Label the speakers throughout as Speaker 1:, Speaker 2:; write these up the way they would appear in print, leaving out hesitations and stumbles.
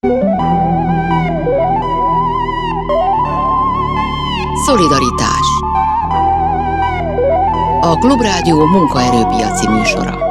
Speaker 1: Szolidaritás. A Klubrádió munkaerőpiaci műsora.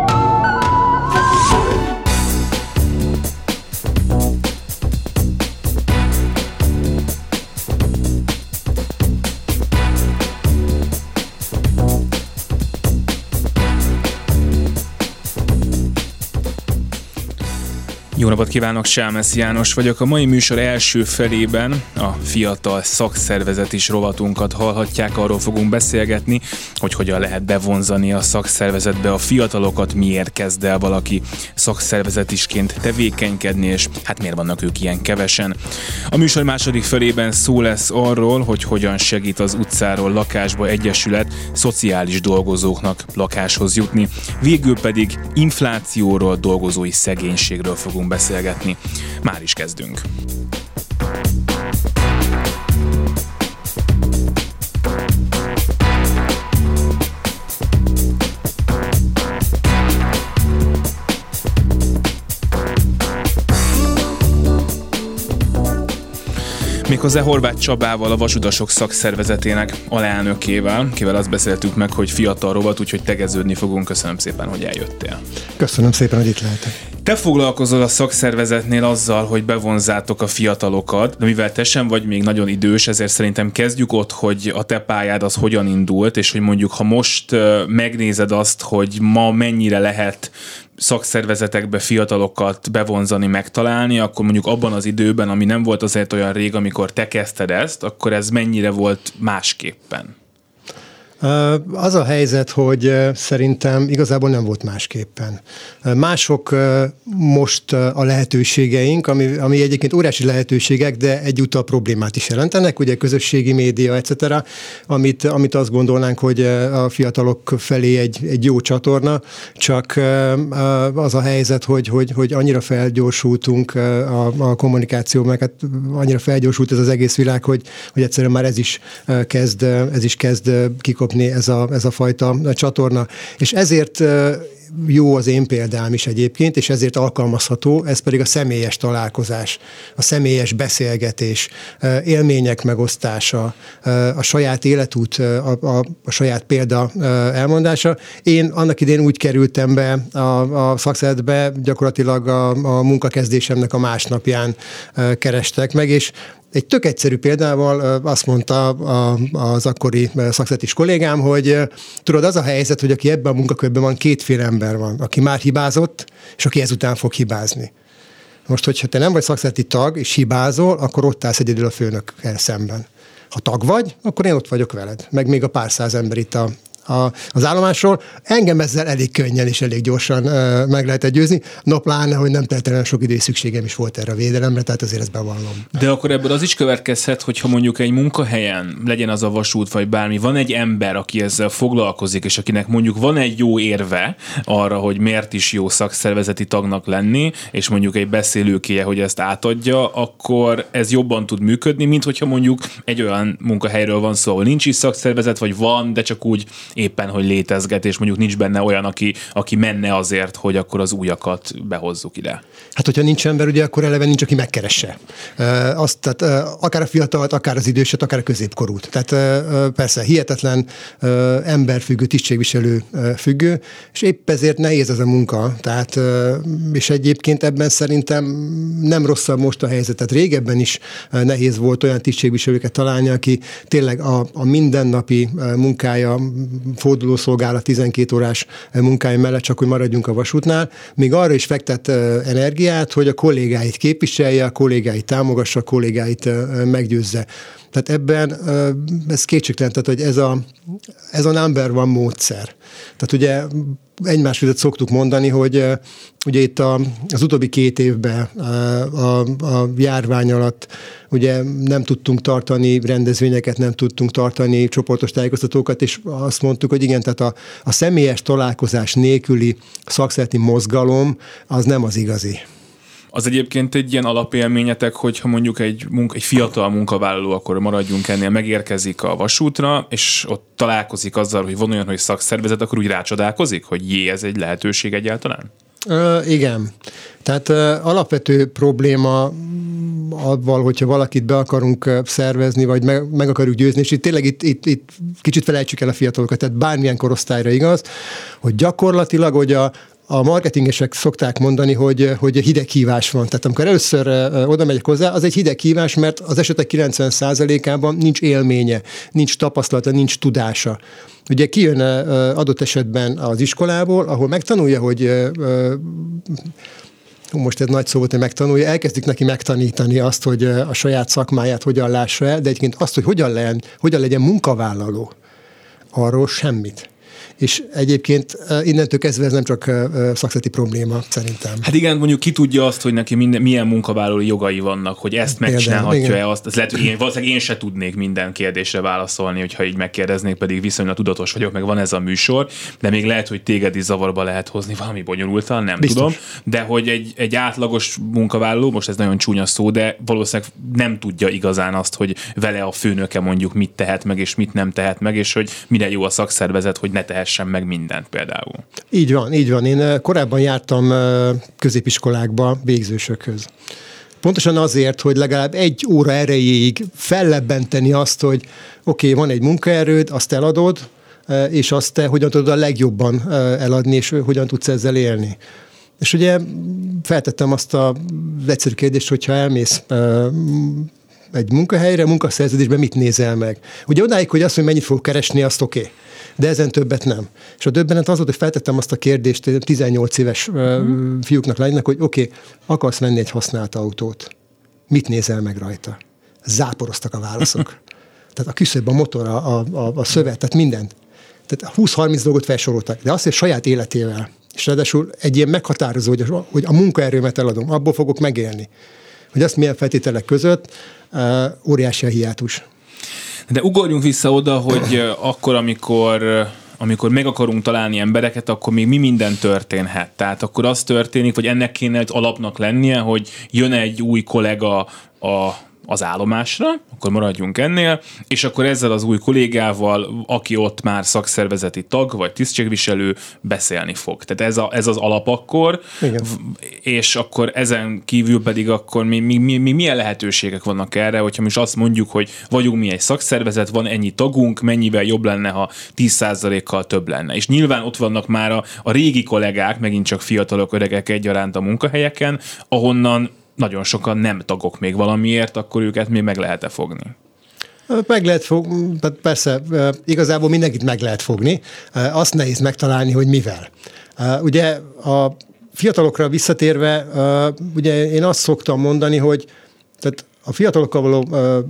Speaker 2: Jó napot kívánok, Sámesz János vagyok. A mai műsor első felében a fiatal szakszervezet is rovatunkat hallhatják, arról fogunk beszélgetni, hogy hogyan lehet bevonzani a szakszervezetbe a fiatalokat, miért kezd el valaki szakszervezetisként tevékenykedni, és hát miért vannak ők ilyen kevesen. A műsor második felében szó lesz arról, hogy hogyan segít az utcáról lakásba egyesület szociális dolgozóknak lakáshoz jutni. Végül pedig inflációról, dolgozói szegénységről fogunk beszélgetni. Már is kezdünk. Méghozzá Horváth Csabával, a Vasutasok szakszervezetének alelnökével, kivel azt beszéltük meg, hogy fiatal rovat, úgyhogy tegeződni fogunk. Köszönöm szépen, hogy eljöttél.
Speaker 3: Köszönöm szépen, hogy itt lehetek.
Speaker 2: Te foglalkozol a szakszervezetnél azzal, hogy bevonzátok a fiatalokat, de mivel te sem vagy még nagyon idős, ezért szerintem kezdjük ott, hogy a te pályád az hogyan indult, és hogy mondjuk, ha most megnézed azt, hogy ma mennyire lehet szakszervezetekbe fiatalokat bevonzani, megtalálni, akkor mondjuk abban az időben, ami nem volt azért olyan rég, amikor te kezdted ezt, akkor ez mennyire volt másképpen?
Speaker 3: Az a helyzet, hogy szerintem igazából nem volt másképpen. Mások most a lehetőségeink, ami egyébként óriási lehetőségek, de egyúttal problémát is jelentenek, ugye közösségi média, etc., amit azt gondolnánk, hogy a fiatalok felé egy jó csatorna, csak az a helyzet, hogy annyira felgyorsultunk a kommunikáció, meg hát annyira felgyorsult ez az egész világ, hogy egyszerűen már ez is kezd kikopni ez a fajta csatorna. És ezért jó az én példám is egyébként, és ezért alkalmazható, ez pedig a személyes találkozás, a személyes beszélgetés, élmények megosztása, a saját életút, a saját példa elmondása. Én annak idején úgy kerültem be a szakszervezetbe, gyakorlatilag a munkakezdésemnek a másnapján kerestek meg, és egy tök egyszerű példával azt mondta az akkori szakszervezetis kollégám, hogy tudod, az a helyzet, hogy aki ebben a munkakörben van, kétféle ember van, aki már hibázott, és aki ezután fog hibázni. Most, hogyha te nem vagy szakszervezeti tag, és hibázol, akkor ott állsz egyedül a főnökkel szemben. Ha tag vagy, akkor én ott vagyok veled, meg még a pár száz ember itt az állomásról. Engem ezzel elég könnyen és elég gyorsan meg lehetett győzni. No, pláne, hogy nem teljesen sok idő szükségem is volt erre a védelemre, tehát azért ezt bevallom.
Speaker 2: De akkor ebből az is következhet, hogyha mondjuk egy munkahelyen, legyen az a vasút vagy bármi, van egy ember, aki ezzel foglalkozik, és akinek mondjuk van egy jó érve arra, hogy miért is jó szakszervezeti tagnak lenni, és mondjuk egy beszélőkéje, hogy ezt átadja, akkor ez jobban tud működni, mint hogyha mondjuk egy olyan munkahelyről van szó, ahol nincs is szakszervezet, vagy van, de csak úgy éppen, hogy létezget, és mondjuk nincs benne olyan, aki menne azért, hogy akkor az újakat behozzuk ide.
Speaker 3: Hát, hogyha nincs ember, ugye akkor eleve nincs, aki megkeresse. Tehát akár a fiatalt, akár az időset, akár a középkorút. Tehát persze hihetetlen emberfüggő, tisztségviselő függő, és épp ezért nehéz ez a munka. Tehát, és egyébként ebben szerintem nem rosszabb most a helyzet. Tehát régebben is nehéz volt olyan tisztségviselőket találni, aki tényleg a mindennapi munkája, fordulószolgálat 12 órás munkája mellett, csak hogy maradjunk a vasútnál, még arra is fektet energiát, hogy a kollégáit képviselje, a kollégáit támogassa, a kollégáit meggyőzze. Tehát ebben ez kétségtelen, tehát, hogy ez a number one módszer. Tehát ugye egymás között szoktuk mondani, hogy ugye itt az utóbbi 2 évben a járvány alatt ugye nem tudtunk tartani rendezvényeket, nem tudtunk tartani csoportos tájékoztatókat, és azt mondtuk, hogy igen, tehát a személyes találkozás nélküli szakszervezeti mozgalom az nem az igazi.
Speaker 2: Az egyébként egy ilyen alapélményetek, hogyha mondjuk egy fiatal munkavállaló, akkor maradjunk ennél, megérkezik a vasútra, és ott találkozik azzal, hogy van olyan, hogy szakszervezet, akkor úgy rácsodálkozik, hogy ez egy lehetőség egyáltalán?
Speaker 3: Igen. Tehát alapvető probléma avval, hogyha valakit be akarunk szervezni, vagy meg akarjuk győzni, és tényleg itt kicsit felejtsük el a fiatalokat, tehát bármilyen korosztályra igaz, hogy gyakorlatilag, hogy a marketingesek szokták mondani, hogy hideghívás van. Tehát amikor először oda megyek hozzá, az egy hideghívás, mert az esetek 90%-ában nincs élménye, nincs tapasztalata, nincs tudása. Ugye kijön adott esetben az iskolából, ahol megtanulja, hogy most ez nagy szó volt, hogy megtanulja, elkezdik neki megtanítani azt, hogy a saját szakmáját hogyan lássa el, de egyébként azt, hogy hogyan legyen munkavállaló, arról semmit. És egyébként innentől kezdve ez nem csak szakszervezeti probléma, szerintem.
Speaker 2: Hát igen, mondjuk ki tudja azt, hogy neki milyen munkavállalói jogai vannak, hogy ezt megcsinálhatja-e azt. Ez lehet, hogy valószínűleg én se tudnék minden kérdésre válaszolni, hogyha így megkérdeznék, pedig viszonylag tudatos vagyok, meg van ez a műsor, de még lehet, hogy téged is zavarba lehet hozni valami bonyolultan, nem biztos. Tudom. De hogy egy átlagos munkavállaló, most ez nagyon csúnya szó, de valószínűleg nem tudja igazán azt, hogy vele a főnöke mondjuk mit tehet meg, és mit nem tehet meg, és hogy mire jó a szakszervezet, hogy ne tehessen meg mindent például.
Speaker 3: Így van. Én korábban jártam középiskolákba végzősökhöz. Pontosan azért, hogy legalább 1 óra erejéig fellebbenteni azt, hogy oké, van egy munkaerőd, azt eladod, és azt te hogyan tudod a legjobban eladni, és hogyan tudsz ezzel élni. És ugye feltettem azt az egyszerű kérdést, hogyha elmész egy munkahelyre, munkaszerződésben mit nézel meg? Ugye odáig, hogy azt, hogy mennyit fogok keresni, azt oké. De ezen többet nem. És a döbbenet az volt, hogy feltettem azt a kérdést 18 éves fiúknak, lánynak, hogy oké, akarsz venni egy használt autót. Mit nézel meg rajta? Záporoztak a válaszok. Tehát a küszöb, a motor, a szövet, tehát mindent. Tehát 20-30 dolgot felsoroltak. De azt, hogy saját életével, és ráadásul egy ilyen meghatározó, hogy a munkaerőmet eladom, abból fogok megélni. Hogy azt milyen feltételek között, óriási a hiátus.
Speaker 2: De ugorjunk vissza oda, hogy akkor, amikor meg akarunk találni embereket, akkor még mi minden történhet. Tehát akkor az történik, vagy ennek kéne egy alapnak lennie, hogy jön egy új kollega az állomásra, akkor maradjunk ennél, és akkor ezzel az új kollégával, aki ott már szakszervezeti tag, vagy tisztségviselő, beszélni fog. Tehát ez az alap akkor, igen. És akkor ezen kívül pedig akkor milyen lehetőségek vannak erre, hogyha most azt mondjuk, hogy vagyunk mi egy szakszervezet, van ennyi tagunk, mennyivel jobb lenne, ha 10%-kal több lenne. És nyilván ott vannak már a régi kollégák, megint csak fiatalok, öregek egyaránt a munkahelyeken, ahonnan nagyon sokan nem tagok még valamiért, akkor őket még meg lehet-e fogni?
Speaker 3: Meg lehet fogni, persze, igazából mindenkit meg lehet fogni. Azt nehéz megtalálni, hogy mivel. Ugye a fiatalokra visszatérve, ugye én azt szoktam mondani, hogy tehát a fiatalokkal való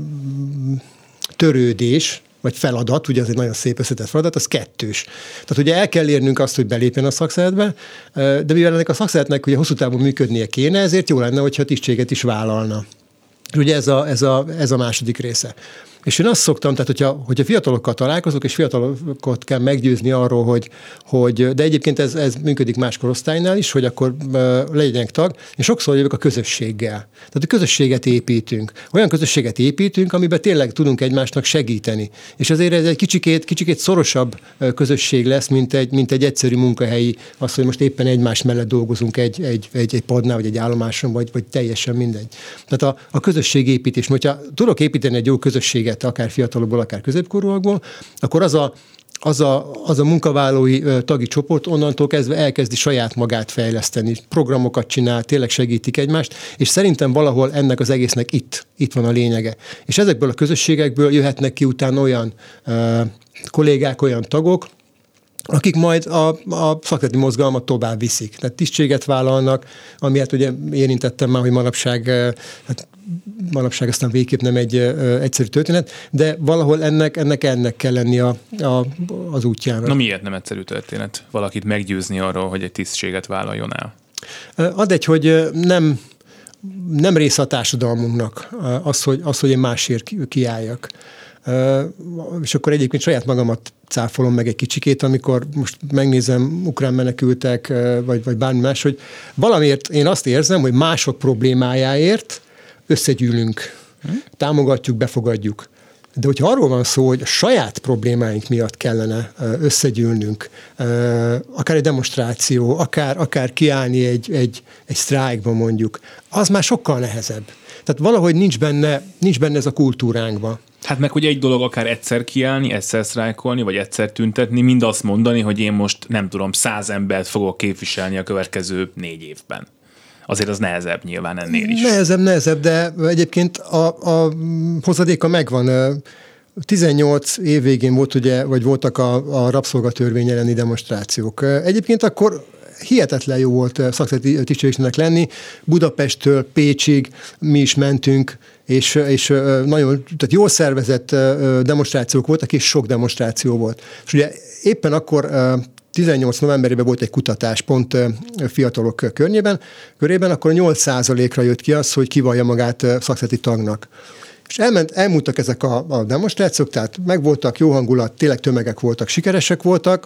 Speaker 3: törődés, vagy feladat, ugye az egy nagyon szép összetett feladat, az 2. Tehát ugye el kell érnünk azt, hogy belépjen a szakszervezetbe, de mivel ennek a szakszervezetnek ugye hosszú távon működnie kéne, ezért jó lenne, hogyha tisztséget is vállalna. Ugye ez a második része. És én azt szoktam, tehát hogyha fiatalokkal találkozok, és fiatalokat kell meggyőzni arról, hogy de egyébként ez működik más korosztálynál is, hogy akkor legyenek tag, és sokszor jövök a közösséggel. Tehát a közösséget építünk. Olyan közösséget építünk, amiben tényleg tudunk egymásnak segíteni. És azért ez egy kicsikét szorosabb közösség lesz, mint egy egyszerű munkahelyi, az, hogy most éppen egymás mellett dolgozunk egy padnál, vagy egy állomáson, vagy teljesen mindegy. Tehát a közösségépítés, hogyha tudok építeni egy jó közösséget, akár fiatalokból, akár középkorúakból, akkor az a munkavállalói tagi csoport onnantól kezdve elkezdi saját magát fejleszteni, programokat csinál, tényleg segítik egymást, és szerintem valahol ennek az egésznek itt van a lényege. És ezekből a közösségekből jöhetnek ki utána olyan kollégák, olyan tagok, akik majd a szakszervezeti mozgalmat tovább viszik. Tehát tisztséget vállalnak, ami hát ugye érintettem már, hogy manapság aztán végképp nem egy egyszerű történet, de valahol ennek kell lenni az útjának.
Speaker 2: Na miért nem egyszerű történet? Valakit meggyőzni arról, hogy egy tisztséget vállaljon el?
Speaker 3: Hogy nem része a társadalmunknak az, hogy én másért kiálljak. És akkor egyébként saját magamat cáfolom meg egy kicsikét, amikor most megnézem ukrán menekültek, vagy bármi más, hogy valamiért én azt érzem, hogy mások problémájáért összegyűlünk, támogatjuk, befogadjuk. De hogyha arról van szó, hogy a saját problémáink miatt kellene összegyűlnünk, akár egy demonstráció, akár kiállni egy sztrájkban mondjuk, az már sokkal nehezebb. Tehát valahogy nincs benne ez a kultúránkban.
Speaker 2: Hát meg, hogy egy dolog akár egyszer kiállni, egyszer sztrájkolni, vagy egyszer tüntetni, mind azt mondani, hogy én most nem tudom, 100 embert fogok képviselni a következő 4 évben. Azért az nehezebb nyilván ennél is.
Speaker 3: Nehezebb, de egyébként a hozadéka megvan. 18 év végén volt, ugye, vagy voltak a rabszolgatörvény elleni demonstrációk. Egyébként akkor hihetetlen jó volt szakszervezeti tisztségnek lenni. Budapesttől Pécsig mi is mentünk, és nagyon tehát jól szervezett demonstrációk voltak, és sok demonstráció volt. És ugye éppen akkor 18 novemberében volt egy kutatás pont fiatalok körében, akkor 8%-ra jött ki az, hogy kivallja magát szakszervezeti tagnak. És elmúltak ezek a demonstrációk, tehát megvoltak, jó hangulat, tényleg tömegek voltak, sikeresek voltak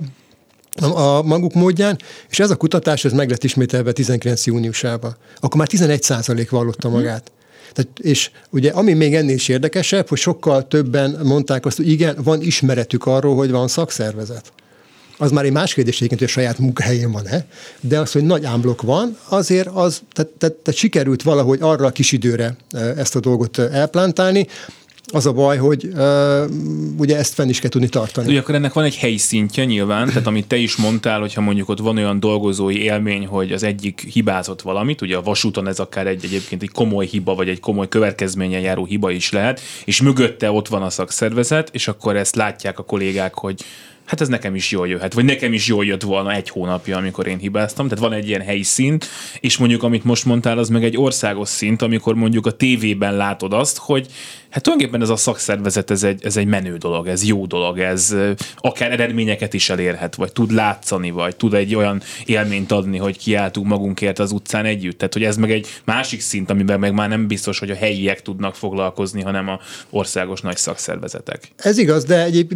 Speaker 3: a maguk módján, és ez a kutatás ez meg lett ismételve 19 júniusában. Akkor már 11% vallotta magát. Tehát, és ugye ami még ennél is érdekesebb, hogy sokkal többen mondták azt, hogy igen, van ismeretük arról, hogy van szakszervezet. Az már egy más kérdés egyébként, hogy a saját munkahelyén van-e, de az, hogy nagy ámblok van, azért az, tehát sikerült valahogy arra a kis időre ezt a dolgot elplántálni. Az a baj, hogy ugye ezt fenn is kell tudni tartani.
Speaker 2: Ugye akkor ennek van egy helyi szintje nyilván, tehát amit te is mondtál, hogyha mondjuk ott van olyan dolgozói élmény, hogy az egyik hibázott valamit, ugye a vasúton ez akár egyébként egy komoly hiba, vagy egy komoly következménnyel járó hiba is lehet, és mögötte ott van a szakszervezet, és akkor ezt látják a kollégák, hogy hát ez nekem is jól jöhet, vagy nekem is jól jött volna 1 hónapja, amikor én hibáztam. Tehát van egy ilyen helyi szint, és mondjuk amit most mondtál, az meg egy országos szint, amikor mondjuk a tévében látod azt, hogy hát tulajdonképpen ez a szakszervezet, ez egy menő dolog, ez jó dolog, ez akár eredményeket is elérhet, vagy tud látszani, vagy tud egy olyan élményt adni, hogy kiálltunk magunkért az utcán együtt. Tehát, hogy ez meg egy másik szint, amiben meg már nem biztos, hogy a helyiek tudnak foglalkozni, hanem a országos nagy szakszervezetek.
Speaker 3: Ez igaz,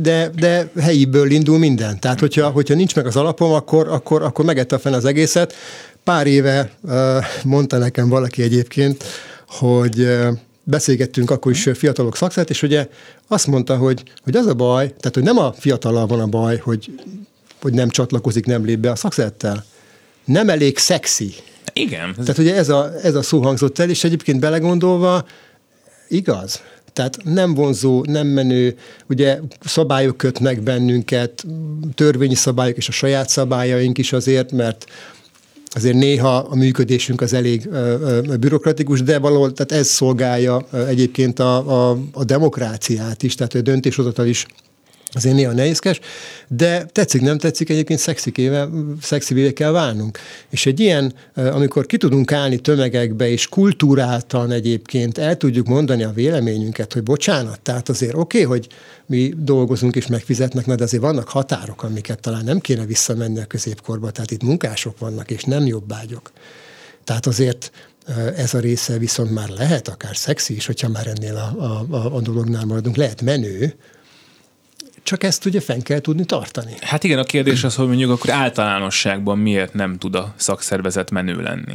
Speaker 3: de helyiből indul minden. Tehát, hogyha nincs meg az alapom, akkor megette fel az egészet. Pár éve mondta nekem valaki egyébként, hogy beszélgettünk akkor is fiatalok szakszervezet, és ugye azt mondta, hogy az a baj, tehát hogy nem a fiatallal van a baj, hogy nem csatlakozik, nem lép be a szakszervezettel. Nem elég szexi.
Speaker 2: Igen.
Speaker 3: Tehát ugye ez a szó hangzott el, és egyébként belegondolva igaz. Tehát nem vonzó, nem menő, ugye szabályok kötnek bennünket, törvényi szabályok és a saját szabályaink is azért, mert azért néha a működésünk az elég bürokratikus, de valahol tehát ez szolgálja egyébként a demokráciát is, tehát a döntéshozatal is azért néha nehézkes, de tetszik, nem tetszik, egyébként szexivé kell válnunk. És egy ilyen, amikor ki tudunk állni tömegekbe, és kultúráltan egyébként el tudjuk mondani a véleményünket, hogy bocsánat, tehát azért oké, hogy mi dolgozunk és megfizetnek, de azért vannak határok, amiket talán nem kéne visszamenni a középkorba, tehát itt munkások vannak, és nem jobbágyok. Tehát azért ez a része viszont már lehet akár szexi is, hogyha már ennél a dolognál maradunk, lehet menő, csak ezt ugye fenn kell tudni tartani.
Speaker 2: Hát igen, a kérdés az, hogy mondjuk akkor általánosságban miért nem tud a szakszervezet menő lenni?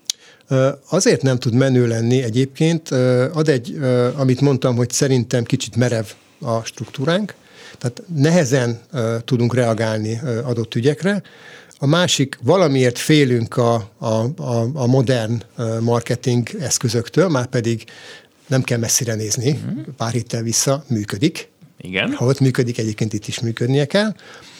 Speaker 3: Azért nem tud menő lenni egyébként, amit mondtam, hogy szerintem kicsit merev a struktúránk, tehát nehezen tudunk reagálni adott ügyekre. A másik, valamiért félünk a modern marketing eszközöktől, már pedig nem kell messzire nézni, pár héttel vissza működik.
Speaker 2: Igen.
Speaker 3: Ha ott működik, egyébként itt is működnie kell.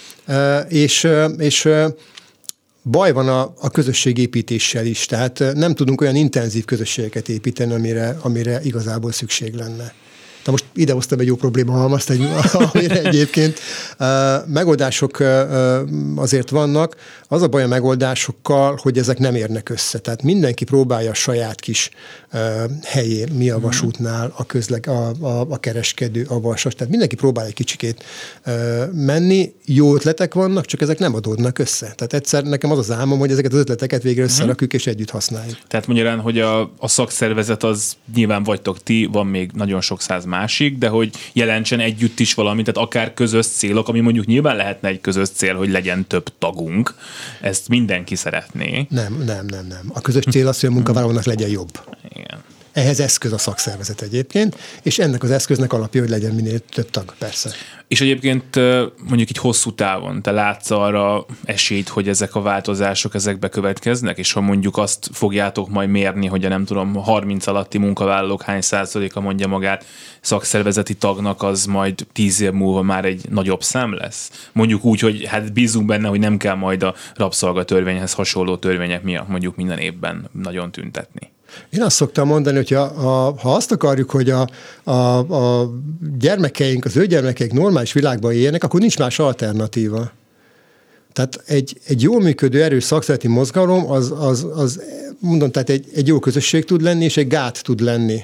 Speaker 3: És baj van a közösségépítéssel is, tehát nem tudunk olyan intenzív közösségeket építeni, amire igazából szükség lenne. De most idehoztam egy jó problémahalmazt, amire egyébként megoldások azért vannak. Az a baj a megoldásokkal, hogy ezek nem érnek össze. Tehát mindenki próbálja a saját kis helyén, mi a vasútnál, a kereskedő, a vasas. Tehát mindenki próbál egy kicsikét menni. Jó ötletek vannak, csak ezek nem adódnak össze. Tehát egyszer nekem az az álmom, hogy ezeket az ötleteket végre összerakjuk és együtt használjuk.
Speaker 2: Tehát magyarán, hogy a szakszervezet az nyilván vagytok ti, van még nagyon sok száz másik, de hogy jelentsen együtt is valamit, tehát akár közös célok, ami mondjuk nyilván lehetne egy közös cél, hogy legyen több tagunk. Ezt mindenki szeretné.
Speaker 3: Nem. A közös cél az, hogy a munkavállalónak legyen jobb.
Speaker 2: Igen.
Speaker 3: Ehhez eszköz a szakszervezet egyébként, és ennek az eszköznek alapja, hogy legyen minél több tag, persze.
Speaker 2: És egyébként mondjuk így hosszú távon te látsz arra esélyt, hogy ezek a változások ezekbe következnek, és ha mondjuk azt fogjátok majd mérni, hogy a nem tudom, 30 alatti munkavállalók hány százaléka mondja magát szakszervezeti tagnak, az majd 10 év múlva már egy nagyobb szám lesz? Mondjuk úgy, hogy hát bízunk benne, hogy nem kell majd a rabszolgatörvényhez hasonló törvények miatt mondjuk minden évben nagyon tüntetni.
Speaker 3: Én azt szoktam mondani, hogy ha azt akarjuk, hogy a gyermekeink, az ő gyermekeik normális világban éljenek, akkor nincs más alternatíva. Tehát egy jól működő erős szakszervezeti mozgalom, az mondom, tehát egy jó közösség tud lenni, és egy gát tud lenni.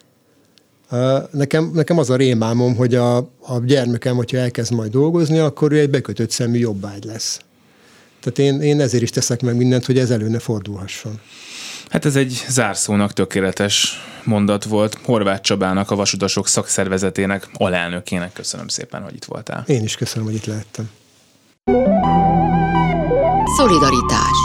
Speaker 3: Nekem az a rémálmom, hogy a gyermekem, hogyha elkezd majd dolgozni, akkor ő egy bekötött szemű jobbágy lesz. Tehát én ezért is teszek meg mindent, hogy ez elő ne fordulhasson.
Speaker 2: Hát ez egy zárszónak tökéletes mondat volt. Horváth Csabának, a Vasutasok szakszervezetének alelnökének köszönöm szépen, hogy itt voltál.
Speaker 3: Én is köszönöm, hogy itt lehettem.
Speaker 1: Szolidaritás.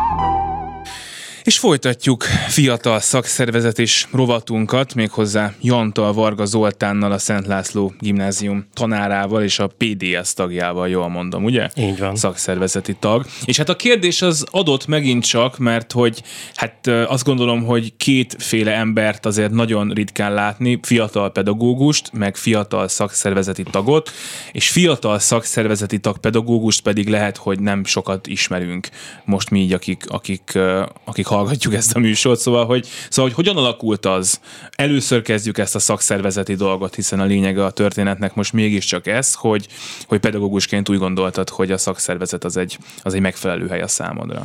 Speaker 2: És folytatjuk fiatal szakszervezet és rovatunkat, méghozzá Jantal Varga Zoltánnal, a Szent László Gimnázium tanárával és a PDS tagjával, jól mondom, ugye?
Speaker 4: Így van.
Speaker 2: Szakszervezeti tag. És hát a kérdés az adott megint csak, mert hogy hát azt gondolom, hogy kétféle embert azért nagyon ritkán látni, fiatal pedagógust, meg fiatal szakszervezeti tagot, és fiatal szakszervezeti tag pedagógust pedig lehet, hogy nem sokat ismerünk most mi így, akik hallgatjuk ezt a műsort, szóval hogy hogyan alakult az? Először kezdjük ezt a szakszervezeti dolgot, hiszen a lényege a történetnek most mégiscsak ez, hogy pedagógusként úgy gondoltad, hogy a szakszervezet az egy megfelelő hely a számodra.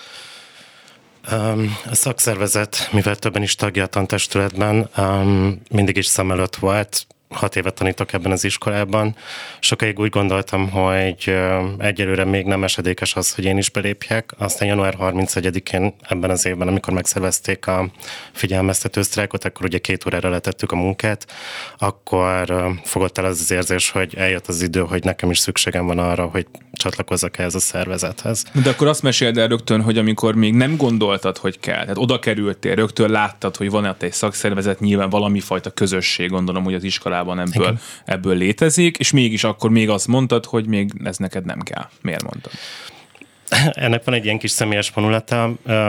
Speaker 4: A szakszervezet, mivel többen is tagja a tantestületben, mindig is szem előtt volt. 6 évet tanítok ebben az iskolában. Sokáig úgy gondoltam, hogy egyelőre még nem esedékes az, hogy én is belépjek. Aztán január 31-én ebben az évben, amikor megszervezték a figyelmeztető sztrájkot, akkor ugye 2 órára letettük a munkát, akkor fogott el az érzés, hogy eljött az idő, hogy nekem is szükségem van arra, hogy csatlakozzak ehhez a szervezethez.
Speaker 2: De akkor azt meséld el rögtön, hogy amikor még nem gondoltad, hogy kell, tehát oda kerültél, rögtön láttad, hogy van egy szakszervezet, nyilván valami fajta közösség, gondolom, hogy az iskolában ebből létezik, és mégis akkor még azt mondtad, hogy még ez neked nem kell. Miért mondtad?
Speaker 4: Ennek van egy ilyen kis személyes vonulata.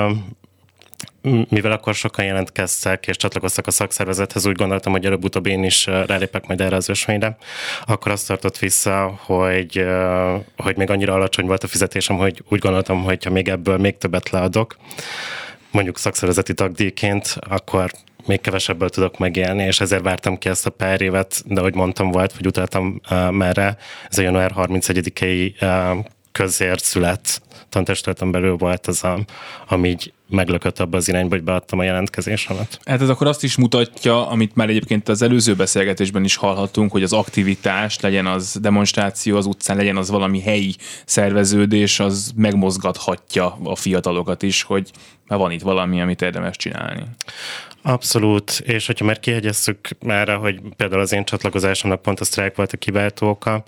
Speaker 4: Mivel akkor sokan jelentkeztek és csatlakoztak a szakszervezethez, úgy gondoltam, hogy előbb-utóbb én is rálépek majd erre az ösvényre. Akkor azt tartott vissza, hogy még annyira alacsony volt a fizetésem, hogy úgy gondoltam, hogy ha még ebből még többet leadok, mondjuk szakszervezeti tagdíjként, akkor még kevesebből tudok megélni, és ezért vártam ki ezt a pár évet, de ahogy mondtam, vagy utaltam merre, ez a január 31-i közért szület tantestületen belül volt az, ami így meglökött abba az irányba, hogy beadtam a jelentkezésemet.
Speaker 2: Hát ez akkor azt is mutatja, amit már egyébként az előző beszélgetésben is hallhattunk, hogy az aktivitás, legyen az demonstráció az utcán, legyen az valami helyi szerveződés, az megmozgathatja a fiatalokat is, hogy már van itt valami, amit érdemes csinálni.
Speaker 4: Abszolút, és hogyha már kihegyezzük erre, hogy például az én csatlakozásomnak pont a sztrájk volt a kiváltó oka,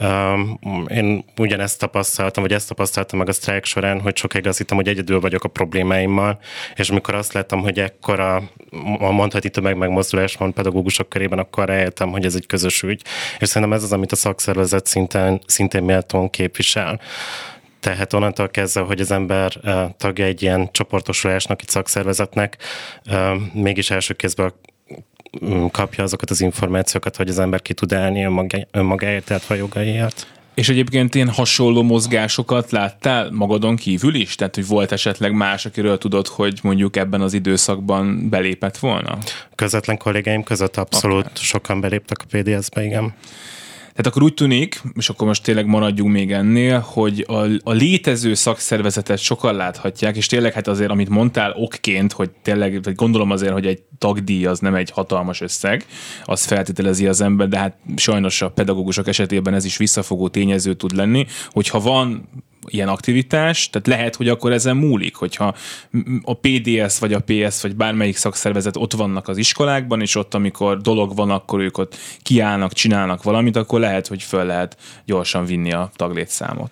Speaker 4: én ugyanezt tapasztaltam, vagy ezt tapasztaltam meg a sztrájk során, hogy sokáig azt hittem, hogy egyedül vagyok a problémáimmal, és amikor azt láttam, hogy ekkora, mondhatni tömegmegmozdulás van pedagógusok körében, akkor rájöttem, hogy ez egy közös ügy, és szerintem ez az, amit a szakszervezet szintén méltón képvisel. Tehát onnantól kezdve, hogy az ember tagja egy ilyen csoportosulásnak, egy szakszervezetnek, mégis első kézből kapja azokat az információkat, hogy az ember ki tud állni önmagáért, illetve a jogaiért.
Speaker 2: És egyébként ilyen hasonló mozgásokat láttál magadon kívül is? Tehát, hogy volt esetleg más, akiről tudod, hogy mondjuk ebben az időszakban belépett volna?
Speaker 4: Közvetlen kollégáim között abszolút sokan beléptek a PDS-be, igen.
Speaker 2: Tehát akkor úgy tűnik, és akkor most tényleg maradjunk még ennél, hogy a létező szakszervezetet sokan láthatják, és tényleg hát azért, amit mondtál okként, hogy tényleg, vagy gondolom azért, hogy egy tagdíj az nem egy hatalmas összeg, az feltételezi az ember, de hát sajnos a pedagógusok esetében ez is visszafogó tényező tud lenni, hogyha van ilyen aktivitás, tehát lehet, hogy akkor ezen múlik, hogyha a PDS vagy a PS vagy bármelyik szakszervezet ott vannak az iskolákban, és ott, amikor dolog van, akkor ők ott kiállnak, csinálnak valamit, akkor lehet, hogy föl lehet gyorsan vinni a taglétszámot.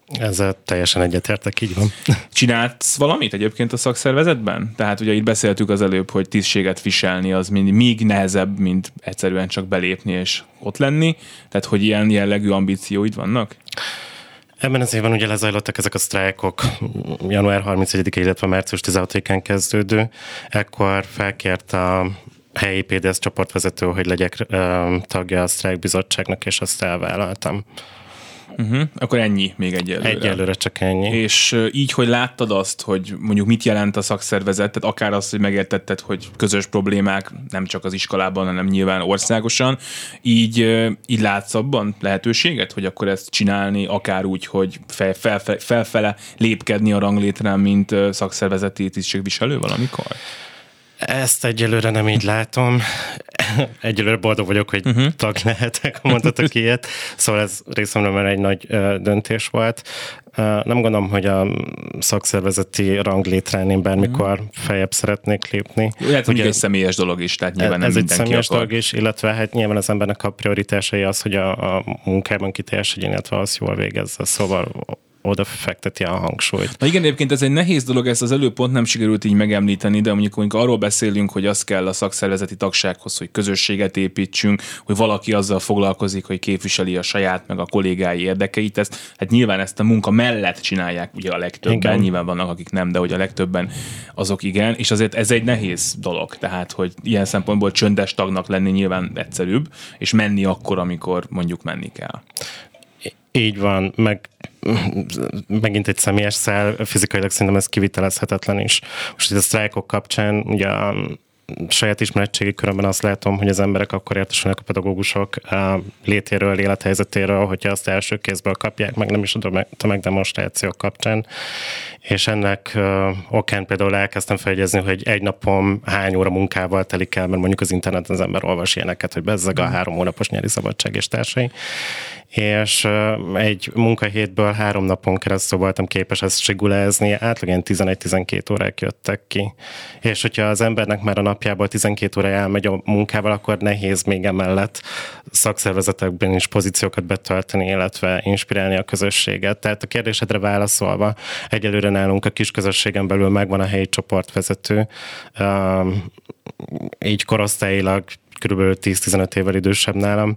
Speaker 4: Ezzel teljesen egyetértek, így van.
Speaker 2: Csinálsz valamit egyébként a szakszervezetben? Tehát ugye itt beszéltük az előbb, hogy tisztséget viselni az még nehezebb, mint egyszerűen csak belépni és ott lenni. Tehát, hogy ilyen jellegű ambícióid vannak?
Speaker 4: Ebben az évben ugye lezajlottak ezek a sztrájkok január 31-e, illetve március 16-án kezdődő. Ekkor felkért a helyi PDS csoportvezető, hogy legyek tagja a sztrájkbizottságnak, és azt elvállaltam.
Speaker 2: Akkor ennyi még egyelőre.
Speaker 4: Egyelőre csak ennyi.
Speaker 2: És így, hogy láttad azt, hogy mondjuk mit jelent a szakszervezet, tehát akár azt, hogy megértetted, hogy közös problémák nem csak az iskolában, hanem nyilván országosan, így látsz abban lehetőséget, hogy akkor ezt csinálni, akár úgy, hogy felfele lépkedni a ranglétrán, mint szakszervezeti tisztségviselő valamikor?
Speaker 4: Ezt egyelőre nem így látom. Egyelőre boldog vagyok, hogy tag lehetek, mondhatok ilyet. Szóval ez részemről már egy nagy döntés volt. Nem gondolom, hogy a szakszervezeti ranglétrán én bármikor feljebb szeretnék lépni.
Speaker 2: Lehet, hogy egy személyes dolog is, tehát nyilván nem
Speaker 4: ez
Speaker 2: mindenki
Speaker 4: egy személyes
Speaker 2: akar.
Speaker 4: dolog is, illetve hát nyilván az embernek a prioritásai az, hogy a munkában kiteljesedjen, illetve azt jól végezze. Szóval oda fekteti a hangsúlyt.
Speaker 2: Na igen, egyébként ez egy nehéz dolog, ezt az előbb pont nem sikerült így megemlíteni, de mondjuk arról beszélünk, hogy az kell a szakszervezeti tagsághoz, hogy közösséget építsünk, hogy valaki azzal foglalkozik, hogy képviseli a saját meg a kollégái érdekeit. Hát nyilván ezt a munka mellett csinálják ugye a legtöbben, igen. Nyilván vannak, akik nem, de hogy a legtöbben azok igen, és azért ez egy nehéz dolog, tehát hogy ilyen szempontból csöndes tagnak lenni nyilván egyszerűbb, és menni akkor, amikor mondjuk menni kell.
Speaker 4: Így van, megint egy személyes szál, fizikailag szerintem ez kivitelezhetetlen is. Most itt a sztrájkok kapcsán, ugye a saját ismeretségi körömben azt látom, hogy az emberek akkor értesülnek a pedagógusok létéről, élethelyzetéről, hogyha azt első kézből kapják, meg nem is a tömegdemonstrációk kapcsán. És ennek okán például elkezdtem feljegyezni, hogy egy napom hány óra munkával telik el, mert mondjuk az interneten az ember olvas ilyeneket, hogy bezzeg a 3 hónapos nyári szabadság és társai. És egy munkahétből 3 napon keresztül voltam képes ezt sigulázni, átlagosan 11-12 órák jöttek ki. És hogyha az embernek már a napjából 12 óra elmegy a munkával, akkor nehéz még emellett szakszervezetekben is pozíciókat betölteni, illetve inspirálni a közösséget. Tehát a kérdésedre válaszolva, egyelőre nálunk a kis közösségen belül megvan a helyi csoportvezető, így korosztályilag körülbelül 10-15 évvel idősebb nálam.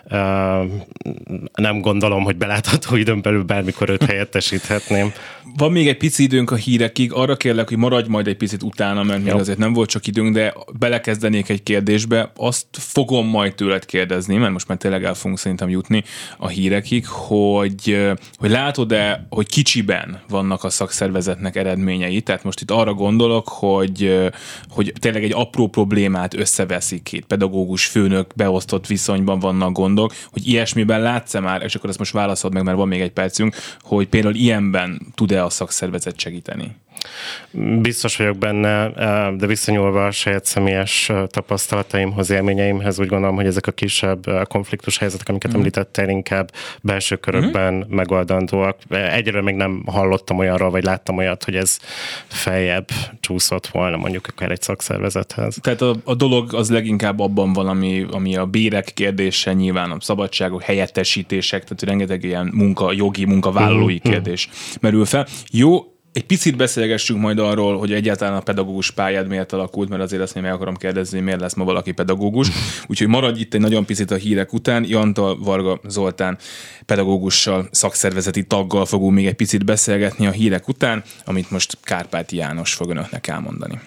Speaker 4: Nem gondolom, hogy belátható időn belül bármikor őt helyettesíthetném.
Speaker 2: Van még egy pici időnk a hírekig, arra kérlek, hogy maradj majd egy picit utána, mert még azért nem volt csak időnk, de belekezdenék egy kérdésbe, azt fogom majd tőled kérdezni, mert most már tényleg el fogunk szerintem jutni a hírekig, hogy látod-e, hogy kicsiben vannak a szakszervezetnek eredményei, tehát most itt arra gondolok, hogy tényleg egy apró problémát összeveszik két pedagógus, főnök, beosztott viszonyban vannak gondok, hogy ilyesmiben látsz-e már, és akkor ezt most válaszold meg, mert van még egy percünk, hogy például ilyenben tud-e a szakszervezet segíteni?
Speaker 4: Biztos vagyok benne, de visszanyúlva a saját személyes tapasztalataimhoz, élményeimhez, úgy gondolom, hogy ezek a kisebb konfliktus helyzetek, amiket említettél, inkább belső körökben megoldandóak. Egyelőre még nem hallottam olyanról, vagy láttam olyat, hogy ez feljebb csúszott volna mondjuk akár egy szakszervezethez.
Speaker 2: Tehát a dolog az leginkább abban van, ami a bérek kérdése, nyilván a szabadságok, helyettesítések, tehát rengeteg ilyen jogi, munkavállalói kérdés merül fel. Jó, egy picit beszélgessünk majd arról, hogy egyáltalán a pedagógus pályád miért alakult, mert azért azt még meg akarom kérdezni, hogy miért lesz ma valaki pedagógus. Úgyhogy maradj itt egy nagyon picit a hírek után. Jantal Varga Zoltán pedagógussal, szakszervezeti taggal fogunk még egy picit beszélgetni a hírek után, amit most Kárpáti János fog önöknek elmondani.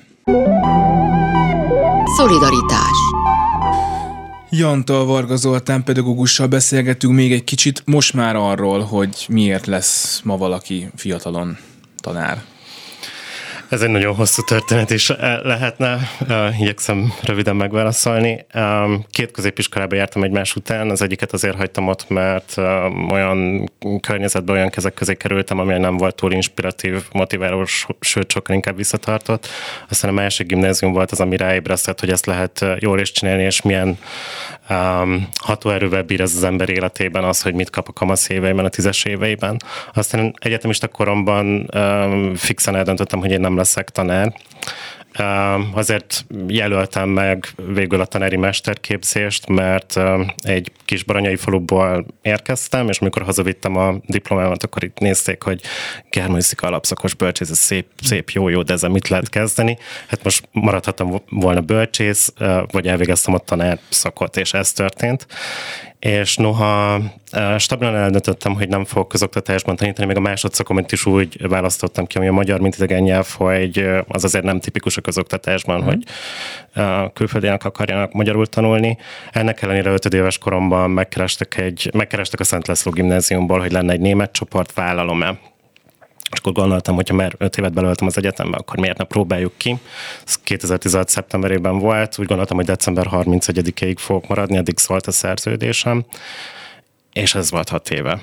Speaker 1: Szolidaritás.
Speaker 2: Jantal Varga Zoltán pedagógussal beszélgetünk még egy kicsit, most már arról, hogy miért lesz ma valaki fiatalon tanár.
Speaker 4: Ez egy nagyon hosszú történet is lehetne, igyekszem röviden megválaszolni. 2 középiskolába jártam egymás után, az egyiket azért hagytam ott, mert olyan környezetben, olyan kezek közé kerültem, ami nem volt túl inspiratív, motiválós, sőt sokkal inkább visszatartott. Aztán a másik gimnázium volt az, ami ráébresztett, hogy ezt lehet jól is csinálni, és milyen hatóerővel bír ez az ember életében az, hogy mit kap a kamasz éveiben, a 10-es éveiben. Aztán egyetemista koromban fixen eldöntöttem, hogy én nem leszek tanár. Azért jelöltem meg végül a tanári mesterképzést, mert egy kis baranyai faluból érkeztem, és amikor hazavittem a diplomámat, akkor itt nézték, hogy germanisztika alapszakos bölcsész, szép, jó, de ezzel mit lehet kezdeni? Hát most maradhattam volna bölcsész, vagy elvégeztem a tanárszakot, és ez történt. És noha stabilan eldöntöttem, hogy nem fogok közoktatásban tanítani, még a másodszakomat is úgy választottam ki, ami a magyar mint idegen nyelv, hogy az azért nem tipikus a közoktatásban, hogy külföldiek akarjanak magyarul tanulni. Ennek ellenére 5 éves koromban megkerestek a Szent László gimnáziumból, hogy lenne egy német csoport, vállalom-e. És akkor gondoltam, hogyha már 5 évet belöltem az egyetembe, akkor miért ne próbáljuk ki. Ez 2016. szeptemberében volt, úgy gondoltam, hogy december 31-ig fogok maradni, addig szólt a szerződésem, és ez volt 6 éve.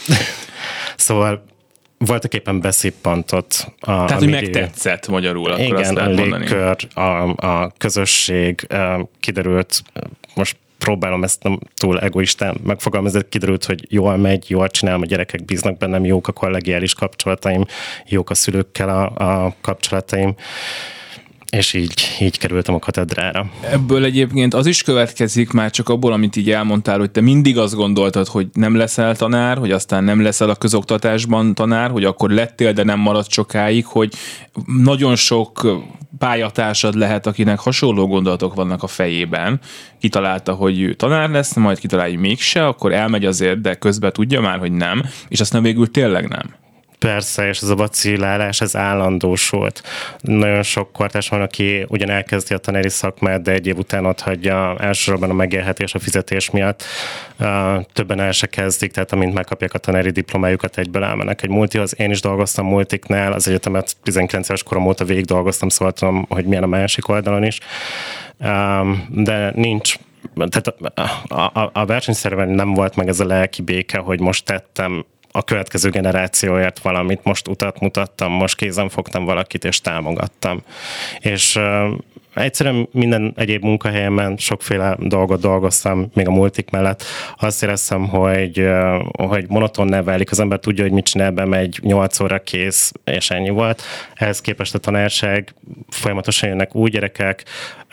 Speaker 4: Szóval voltak éppen beszippantott
Speaker 2: Tehát, hogy megtetszett magyarul, akkor
Speaker 4: igen,
Speaker 2: azt lehet mondani.
Speaker 4: Igen, a légkör, a közösség kiderült, most próbálom ezt nem túl egoistán megfogalmazni, kiderült, hogy jól megy, jól csinálom, a gyerekek bíznak bennem, jók a kollegiális kapcsolataim, jók a szülőkkel a kapcsolataim, és így kerültem a katedrára.
Speaker 2: Ebből egyébként az is következik már csak abból, amit így elmondtál, hogy te mindig azt gondoltad, hogy nem leszel tanár, hogy aztán nem leszel a közoktatásban tanár, hogy akkor lettél, de nem maradt sokáig, hogy nagyon sok pályatársad lehet, akinek hasonló gondolatok vannak a fejében. Kitalálta, hogy ő tanár lesz, majd kitalálja mégse, akkor elmegy azért, de közben tudja már, hogy nem, és aztán végül tényleg nem.
Speaker 4: Persze, és ez a vacillálás, ez állandósult. Nagyon sok kortárs van, aki ugyan elkezdi a tanári szakmát, de egy év után ott hagyja, elsősorban a megélhetés, a fizetés miatt. Többen el se kezdik, tehát amint megkapják a tanári diplomájukat, egyből elmennek egy multihoz. Én is dolgoztam multiknál, az egyetemet 19 éves korom óta végig dolgoztam, szóval tudom, hogy milyen a másik oldalon is. De nincs. Tehát a versenyszerűen nem volt meg ez a lelki béke, hogy most tettem a következő generációért valamit, most utat mutattam, most kézen fogtam valakit, és támogattam. És egyszerűen minden egyéb munkahelyemen sokféle dolgot dolgoztam, még a multik mellett. Azt éreztem, hogy monotonná válik, az ember tudja, hogy mit csinál, bemegy, 8 óra kész, és ennyi volt. Ehhez képest a tanárság, folyamatosan jönnek új gyerekek,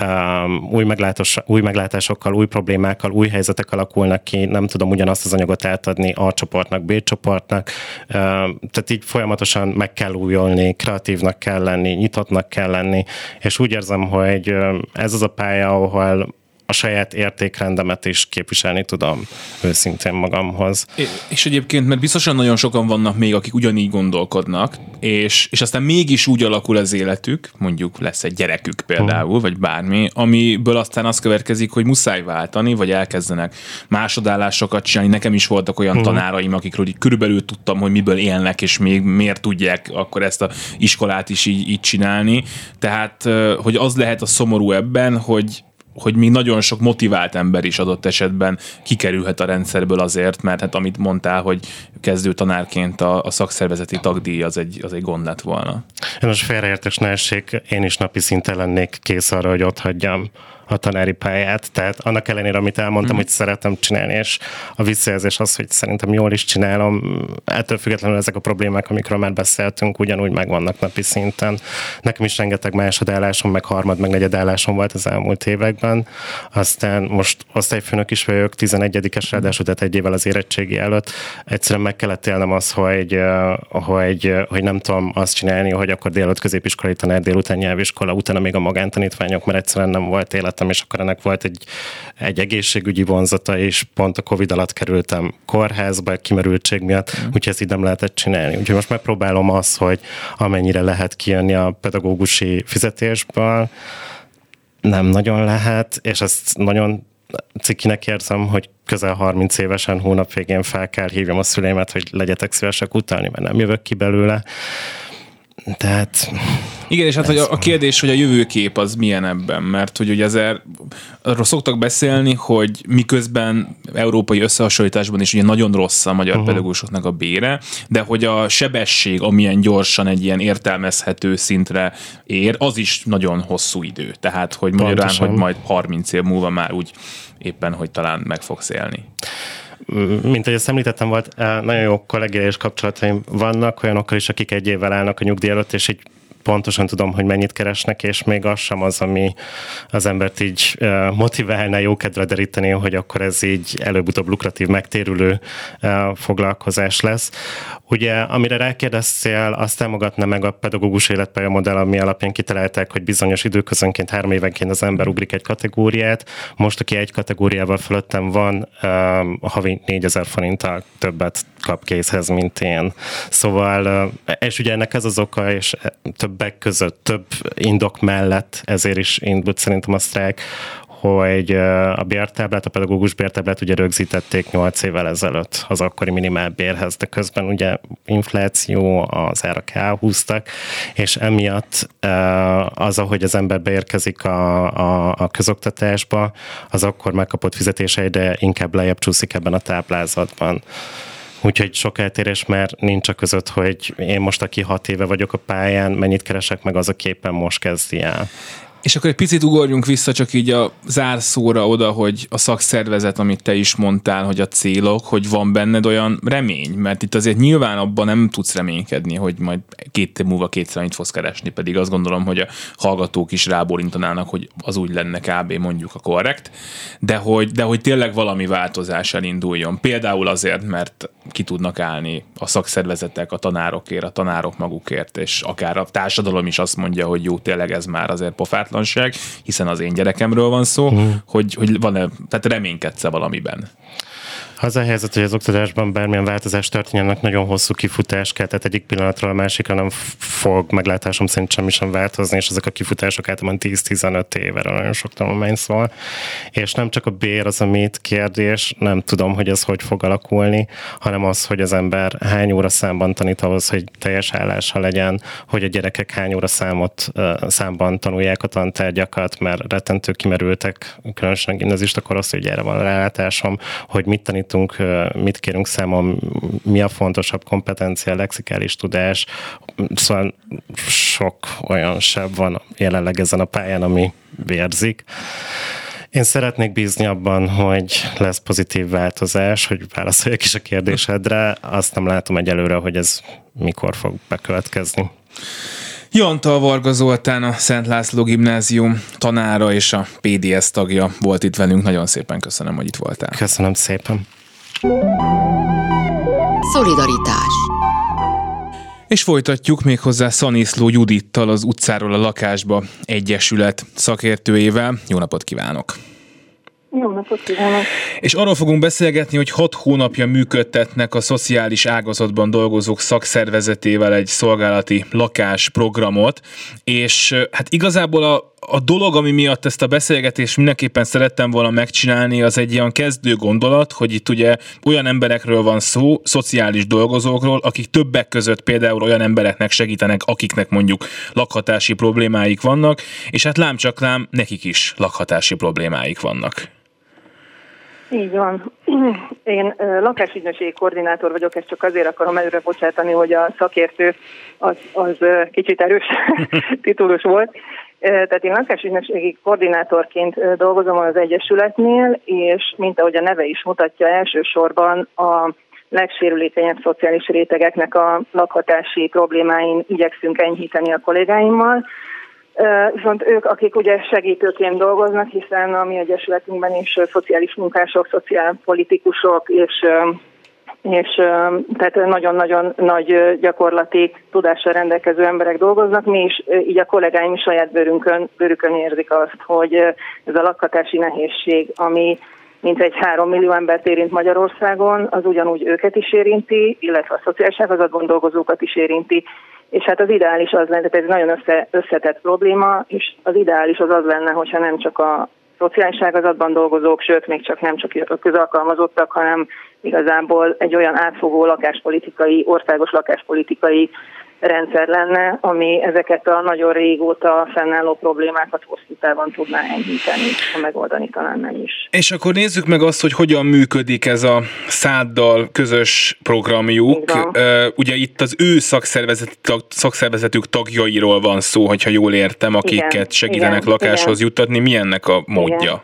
Speaker 4: új meglátásokkal, új problémákkal, új helyzetek alakulnak ki, nem tudom ugyanazt az anyagot átadni A csoportnak, B csoportnak, tehát így folyamatosan meg kell újulni, kreatívnak kell lenni, nyitottnak kell lenni, és úgy érzem, hogy ez az a pálya, ahol a saját értékrendemet is képviselni tudom őszintén magamhoz.
Speaker 2: És egyébként, mert biztosan nagyon sokan vannak még, akik ugyanígy gondolkodnak, és aztán mégis úgy alakul az életük, mondjuk lesz egy gyerekük például, vagy bármi, amiből aztán az következik, hogy muszáj váltani, vagy elkezdenek másodállásokat csinálni. Nekem is voltak olyan tanáraim, akikről így körülbelül tudtam, hogy miből élnek, és még miért tudják akkor ezt az iskolát is így csinálni. Tehát, hogy az lehet a szomorú ebben, hogy még nagyon sok motivált ember is adott esetben kikerülhet a rendszerből azért, mert hát amit mondtál, hogy kezdő tanárként a szakszervezeti tagdíj az egy gond lett volna.
Speaker 4: Most félreértés ne essék, én is napi szinten lennék kész arra, hogy ott hagyjam a tanári pályát, tehát annak ellenére, amit elmondtam, hogy szeretem csinálni, és a visszajelzés az, hogy szerintem jól is csinálom, ettől függetlenül ezek a problémák, amikről már beszéltünk, ugyanúgy megvannak napi szinten. Nekem is rengeteg másodállásom, meg harmad, meg negyedállásom volt az elmúlt években, aztán most osztályfőnök is vagyok, 11-es, ráadásul, tehát 1 évvel az érettségi előtt. Egyszerűen meg kellett élnem az, hogy nem tudom azt csinálni, hogy akkor délután középiskolai tanár, délután nyelviskola, utána még a magántanítványok, mert egyszerűen nem volt életem, és akkor ennek volt egy egészségügyi vonzata, és pont a Covid alatt kerültem kórházba, kimerültség miatt, úgyhogy ezt így nem lehetett csinálni. Úgyhogy most megpróbálom azt, hogy amennyire lehet kijönni a pedagógusi fizetésből, nem nagyon lehet, és azt nagyon cikinek érzem, hogy közel 30 évesen hónap végén fel kell hívjam a szüleimet, hogy legyetek szívesek utalni, mert nem jövök ki belőle. Tehát...
Speaker 2: Igen, és hát hogy a kérdés, hogy a jövőkép az milyen ebben, mert hogy ugye arról szoktak beszélni, hogy miközben európai összehasonlításban is ugye nagyon rossz a magyar pedagógusoknak a bére, de hogy a sebesség, amilyen gyorsan egy ilyen értelmezhető szintre ér, az is nagyon hosszú idő. Tehát, hogy magyarán, hogy majd 30 év múlva már úgy éppen, hogy talán meg fogsz élni.
Speaker 4: Mint ahogy ezt említettem, nagyon jó kollégiális kapcsolataim vannak, olyanokkal is, akik 1 évvel állnak a nyugdíj előtt, és így pontosan tudom, hogy mennyit keresnek, és még az sem az, ami az embert így motiválna, jókedvre deríteni, hogy akkor ez így előbb-utóbb lukratív, megtérülő foglalkozás lesz. Ugye, amire rákérdeztél, azt támogatna meg a pedagógus életpálya modell, ami alapján kitalálták, hogy bizonyos időközönként, 3 évenként az ember ugrik egy kategóriát. Most, aki egy kategóriával fölöttem van, havi 4000 forinttal többet kap készhez, mint én. Szóval, és ugye ennek ez az oka, és többek között, több indok mellett, ezért is indult szerintem a sztrájk, hogy a bértáblát, a pedagógus bértáblát ugye rögzítették 8 évvel ezelőtt az akkori minimálbérhez, de közben ugye infláció, az árak elhúztak, és emiatt az, ahogy az ember beérkezik a közoktatásba, az akkor megkapott fizetése, de inkább lejjebb csúszik ebben a táblázatban. Úgyhogy sok eltérés már nincs a között, hogy én most, aki 6 éve vagyok a pályán, mennyit keresek meg, az, aki éppen most kezdi el.
Speaker 2: És akkor egy picit ugorjunk vissza csak így a zárszóra oda, hogy a szakszervezet, amit te is mondtál, hogy a célok, hogy van benned olyan remény, mert itt azért nyilván abban nem tudsz reménykedni, hogy majd 2 év múlva 2-szer annyit fogsz keresni, pedig azt gondolom, hogy a hallgatók is rábólintanának, hogy az úgy lenne kb. Mondjuk a korrekt, de hogy tényleg valami változás elinduljon. Például azért, mert ki tudnak állni a szakszervezetek a tanárokért, a tanárok magukért, és akár a társadalom is azt mondja, hogy jó, tényleg ez már azért pofátlanság, hiszen az én gyerekemről van szó, hogy van-e, tehát reménykedsz-e valamiben?
Speaker 4: Az a helyzet, hogy az oktatásban bármilyen változás történjenek, nagyon hosszú kifutás kell, tehát egyik pillanatról a másikra nem fog meglátásom szerint semmi sem változni, és ezek a kifutások általában 10-15 évre, nagyon sok tanulmány szól. És nem csak a bér az, amit kérdés, nem tudom, hogy ez hogy fog alakulni, hanem az, hogy az ember hány óra számban tanít ahhoz, hogy teljes állása legyen, hogy a gyerekek hány óra számban tanulják a tantárgyakat, mert rettentő kimerültek, különösen a gimnazista korosztály, hogy erre van rálátásom, hogy mit tanít, mit kérünk számon, mi a fontosabb kompetencia, lexikális tudás, szóval sok olyan seb van jelenleg ezen a pályán, ami vérzik. Én szeretnék bízni abban, hogy lesz pozitív változás, hogy válaszoljak is a kérdésedre, azt nem látom egyelőre, hogy ez mikor fog bekövetkezni.
Speaker 2: Jantal Varga Zoltán, a Szent László Gimnázium tanára és a PDS tagja volt itt velünk. Nagyon szépen köszönöm, hogy itt voltál.
Speaker 4: Köszönöm szépen.
Speaker 1: Szolidaritás.
Speaker 2: És folytatjuk méghozzá Szaniszló Judittal, az Utcáról a lakásba egyesület szakértőjével. Jó napot kívánok!
Speaker 5: Jó napot kívánok! És
Speaker 2: arról fogunk beszélgetni, hogy 6 hónapja működtetnek a szociális ágazatban dolgozók szakszervezetével egy szolgálati lakásprogramot, és hát igazából a dolog, ami miatt ezt a beszélgetést mindenképpen szerettem volna megcsinálni, az egy ilyen kezdő gondolat, hogy itt ugye olyan emberekről van szó, szociális dolgozókról, akik többek között például olyan embereknek segítenek, akiknek mondjuk lakhatási problémáik vannak, és hát lám csak lám, nekik is lakhatási problémáik vannak.
Speaker 5: Így van. Én lakásügynökségi koordinátor vagyok, ezt csak azért akarom előre bocsátani, hogy a szakértő az kicsit erős titulus volt. Tehát én lakásügynökségi koordinátorként dolgozom az Egyesületnél, és mint ahogy a neve is mutatja, elsősorban a legsérülékenyebb szociális rétegeknek a lakhatási problémáin igyekszünk enyhíteni a kollégáimmal. Viszont ők, akik ugye segítőként dolgoznak, hiszen a mi egyesületünkben is szociális munkások, szociálpolitikusok és tehát nagyon-nagyon nagy gyakorlati tudással rendelkező emberek dolgoznak. Mi is, így a kollégáim is saját bőrükön érzik azt, hogy ez a lakhatási nehézség, ami mintegy 3 millió embert érint Magyarországon, az ugyanúgy őket is érinti, illetve a szociális ágazatban dolgozókat is érinti. És hát az ideális az lenne, tehát ez nagyon összetett probléma, és az ideális az lenne, hogyha nem csak a szociális ágazatban dolgozók, sőt, még csak nem csak a közalkalmazottak, hanem igazából egy olyan átfogó lakáspolitikai, országos lakáspolitikai rendszer lenne, ami ezeket a nagyon régóta fennálló problémákat hosszú távon tudná enyhíteni, ha megoldani talán nem is.
Speaker 2: És akkor nézzük meg azt, hogy hogyan működik ez a SZÁD-dal közös programjuk. Ugye itt az ő szakszervezetük tagjairól van szó, hogyha jól értem, akiket segítenek lakáshoz juttatni. Mi ennek a módja? Igen.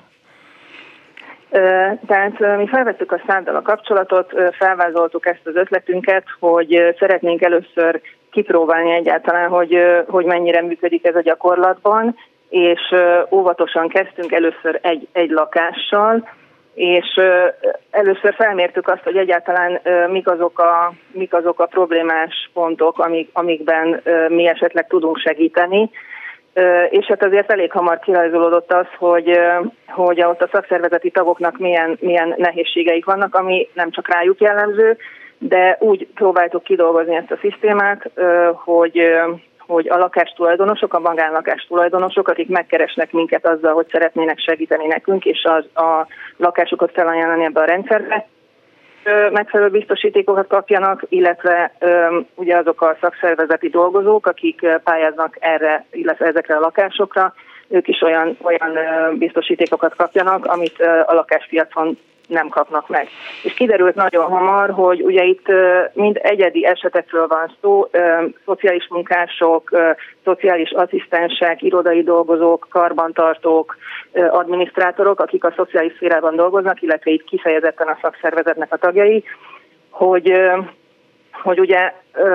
Speaker 5: Tehát mi felvettük a SZÁD-dal a kapcsolatot, felvázoltuk ezt az ötletünket, hogy szeretnénk először kipróbálni egyáltalán, hogy mennyire működik ez a gyakorlatban, és óvatosan kezdtünk először egy lakással, és először felmértük azt, hogy egyáltalán mik azok a problémás pontok, amikben mi esetleg tudunk segíteni, és hát azért elég hamar kirajzolódott az, hogy ott a szakszervezeti tagoknak milyen nehézségeik vannak, ami nem csak rájuk jellemző, de úgy próbáltuk kidolgozni ezt a szisztémát, hogy a lakástulajdonosok, a magánlakástulajdonosok, akik megkeresnek minket azzal, hogy szeretnének segíteni nekünk, és a lakásukat felajánlani ebbe a rendszerbe, megfelelő biztosítékokat kapjanak, illetve ugye azok a szakszervezeti dolgozók, akik pályáznak erre, illetve ezekre a lakásokra, ők is olyan biztosítékokat kapjanak, amit a lakáspiacon nem kapnak meg. És kiderült nagyon hamar, hogy ugye itt mind egyedi esetekről van szó, szociális munkások, szociális asszisztensek, irodai dolgozók, karbantartók, adminisztrátorok, akik a szociális szférában dolgoznak, illetve itt kifejezetten a szakszervezetnek a tagjai, hogy ugye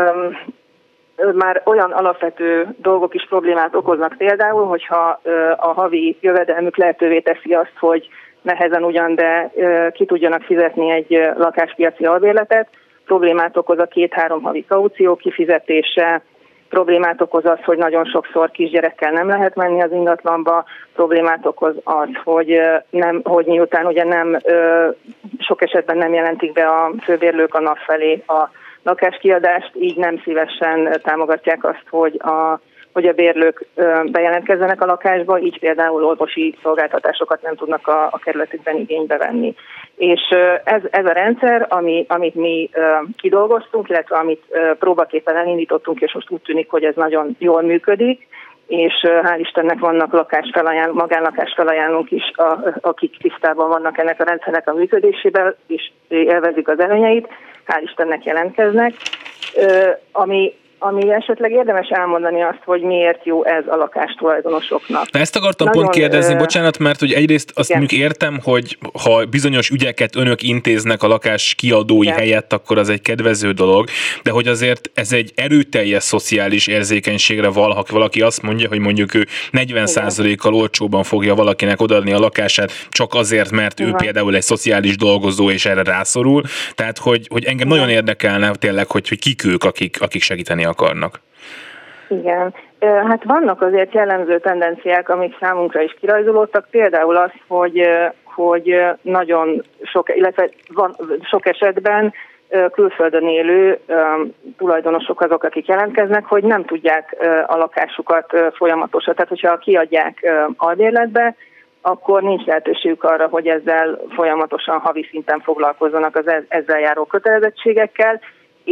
Speaker 5: már olyan alapvető dolgok is problémát okoznak például, hogyha a havi jövedelmük lehetővé teszi azt, hogy nehezen ugyan, de ki tudjanak fizetni egy lakáspiaci albérletet. Problémát okoz a 2-3 havi kaució kifizetése, problémát okoz az, hogy nagyon sokszor kisgyerekkel nem lehet menni az ingatlanba, problémát okoz az, hogy miután ugye sok esetben nem jelentik be a főbérlők a NAV felé a lakáskiadást, így nem szívesen támogatják azt, hogy a bérlők bejelentkezzenek a lakásba, így például orvosi szolgáltatásokat nem tudnak a kerületükben igénybe venni. És ez a rendszer, amit mi kidolgoztunk, illetve amit próbaképpen elindítottunk, és most úgy tűnik, hogy ez nagyon jól működik, és hál' Istennek vannak magánlakásfelajánlónk is, akik tisztában vannak ennek a rendszernek a működésével, és élvezik az előnyeit, hál' Istennek jelentkeznek. Ami esetleg érdemes elmondani azt, hogy miért jó ez a lakástulajdonosoknak.
Speaker 2: Ezt akartam pont kérdezni, bocsánat, mert hogy egyrészt azt mondjuk értem, hogy ha bizonyos ügyeket önök intéznek a lakás kiadói helyett, akkor az egy kedvező dolog, de hogy azért ez egy erőteljes szociális érzékenységre val, ha valaki azt mondja, hogy mondjuk ő 40%-kal olcsóban fogja valakinek odaadni a lakását, csak azért, mert ő például egy szociális dolgozó, és erre rászorul. Tehát, hogy engem nagyon érdekelne tényleg, hogy kik ők, akik segíteni akarnak.
Speaker 5: Igen. Hát vannak azért jellemző tendenciák, amik számunkra is kirajzolódtak, például az, hogy nagyon sok esetben külföldön élő tulajdonosok azok, akik jelentkeznek, hogy nem tudják a lakásukat folyamatosan, tehát hogyha kiadják albérletbe, akkor nincs lehetőségük arra, hogy ezzel folyamatosan havi szinten foglalkozzanak az ezzel járó kötelezettségekkel,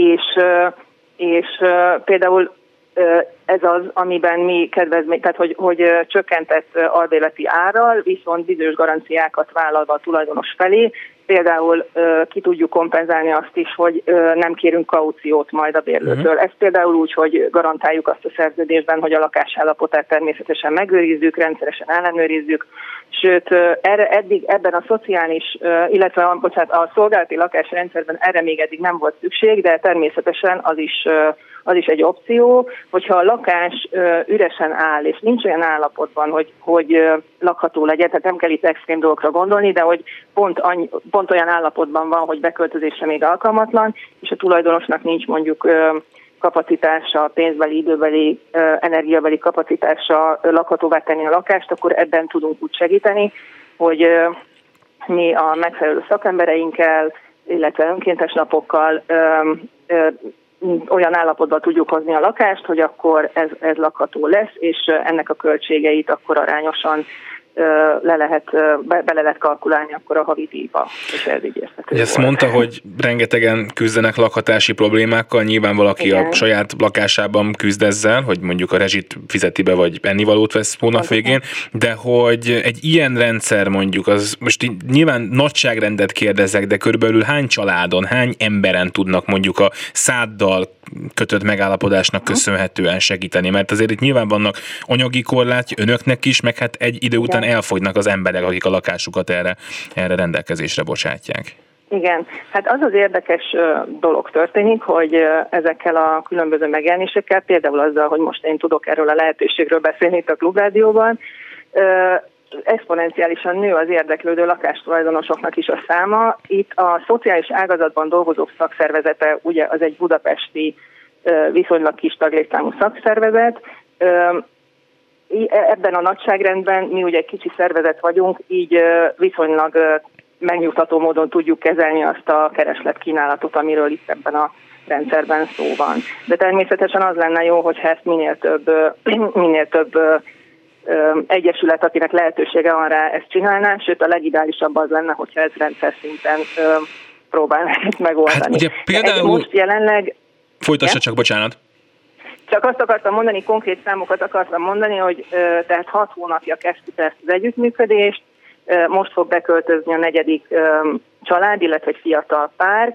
Speaker 5: és például ez az, amiben mi kedvezmény, tehát hogy csökkentett albérleti árral, viszont bizonyos garanciákat vállalva a tulajdonos felé, például ki tudjuk kompenzálni azt is, hogy nem kérünk kauciót majd a bérlőtől. Ez például úgy, hogy garantáljuk azt a szerződésben, hogy a lakásállapotát természetesen megőrizzük, rendszeresen ellenőrizzük, sőt, eddig ebben a szociális, illetve a szolgálati lakásrendszerben erre még eddig nem volt szükség, de természetesen az is egy opció, hogyha a lakás üresen áll, és nincs olyan állapotban, hogy lakható legyen, tehát nem kell itt extrém dolgokra gondolni, de hogy pont olyan állapotban van, hogy beköltözésre még alkalmatlan, és a tulajdonosnak nincs mondjuk kapacitása, pénzbeli, időbeli, energiabeli kapacitása lakhatóvá tenni a lakást, akkor ebben tudunk úgy segíteni, hogy mi a megfelelő szakembereinkkel, illetve önkéntes napokkal olyan állapotban tudjuk hozni a lakást, hogy akkor ez lakható lesz, és ennek a költségeit akkor arányosan bele lehet kalkulálni akkor a havi díjba, és ez így érthető.
Speaker 2: Ezt mondta, hogy rengetegen küzdenek lakhatási problémákkal, nyilván valaki a saját lakásában küzd ezzel, hogy mondjuk a rezsit fizeti be, vagy ennivalót vesz hónap végén, de hogy egy ilyen rendszer mondjuk, az most nyilván nagyságrendet kérdezek, de körülbelül hány családon, hány emberen tudnak mondjuk a száddal kötött megállapodásnak köszönhetően segíteni, mert azért itt nyilván vannak anyagi korlátja önöknek is, meg hát egy idő után elfogynak az emberek, akik a lakásukat erre rendelkezésre bocsátják.
Speaker 5: Igen, hát az az érdekes dolog történik, hogy ezekkel a különböző megjelenésekkel, például azzal, hogy most én tudok erről a lehetőségről beszélni itt a Klubrádióban, exponenciálisan nő az érdeklődő lakástulajdonosoknak is a száma. Itt a szociális ágazatban dolgozók szakszervezete, ugye az egy budapesti viszonylag kis taglétszámú szakszervezet. Ebben a nagyságrendben mi ugye egy kicsi szervezet vagyunk, így viszonylag megnyugtató módon tudjuk kezelni azt a keresletkínálatot, amiről itt ebben a rendszerben szó van. De természetesen az lenne jó, hogyha ezt minél több egyesület, akinek lehetősége van rá, ezt csinálná, sőt a legideálisabb az lenne, hogyha ez rendszer szinten próbálnák ezt megoldani. Hát
Speaker 2: ugye például...
Speaker 5: Most jelenleg...
Speaker 2: Folytassa csak, bocsánat.
Speaker 5: Csak azt akartam mondani, konkrét számokat akartam mondani, hogy tehát 6 hónapja kezdtük ezt az együttműködést, most fog beköltözni a 4. család, illetve egy fiatal pár,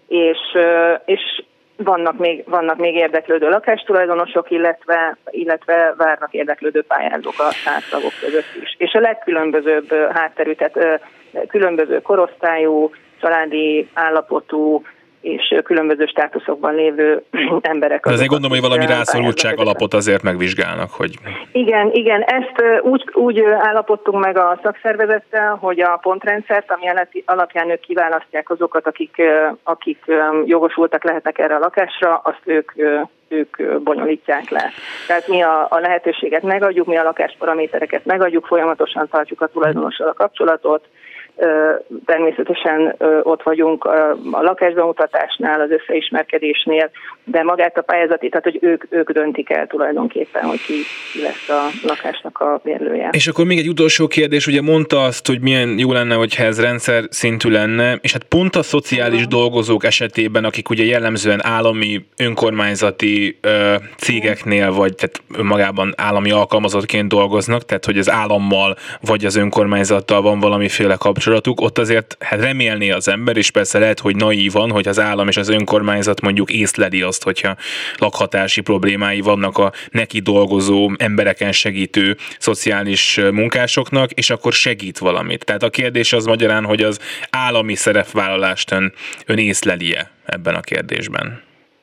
Speaker 5: és vannak még érdeklődő lakástulajdonosok, illetve várnak érdeklődő pályázók a háztagok között is. És a legkülönbözőbb hátterű, tehát különböző korosztályú, családi állapotú és különböző státuszokban lévő emberek.
Speaker 2: Azért gondolom, hogy valami rászorultság alapot azért megvizsgálnak, hogy...
Speaker 5: Igen, ezt úgy állapodtunk meg a szakszervezettel, hogy a pontrendszert, ami alapján ők kiválasztják azokat, akik jogosultak lehetnek erre a lakásra, azt ők bonyolítják le. Tehát mi a lehetőséget megadjuk, mi a lakásparamétereket megadjuk, folyamatosan tartjuk a tulajdonossal a kapcsolatot, természetesen ott vagyunk a lakásbemutatásnál, az összeismerkedésnél, de magát a pályázati, tehát hogy ők döntik el tulajdonképpen, hogy ki lesz a lakásnak a bérlője.
Speaker 2: És akkor még egy utolsó kérdés, ugye mondta azt, hogy milyen jó lenne, hogyha ez rendszer szintű lenne, és hát pont a szociális dolgozók esetében, akik ugye jellemzően állami, önkormányzati cégeknél, vagy tehát önmagában állami alkalmazottként dolgoznak, tehát hogy az állammal vagy az önkormányzattal van valamiféle kapcsolatuk, ott azért hát remélné az ember, és persze lehet, hogy naívan, hogy az állam és az önkormányzat mondjuk észleli azt, hogyha lakhatási problémái vannak a neki dolgozó, embereken segítő szociális munkásoknak, és akkor segít valamit. Tehát a kérdés az magyarán, hogy az állami szerepvállalást ön észleli-e ebben a kérdésben?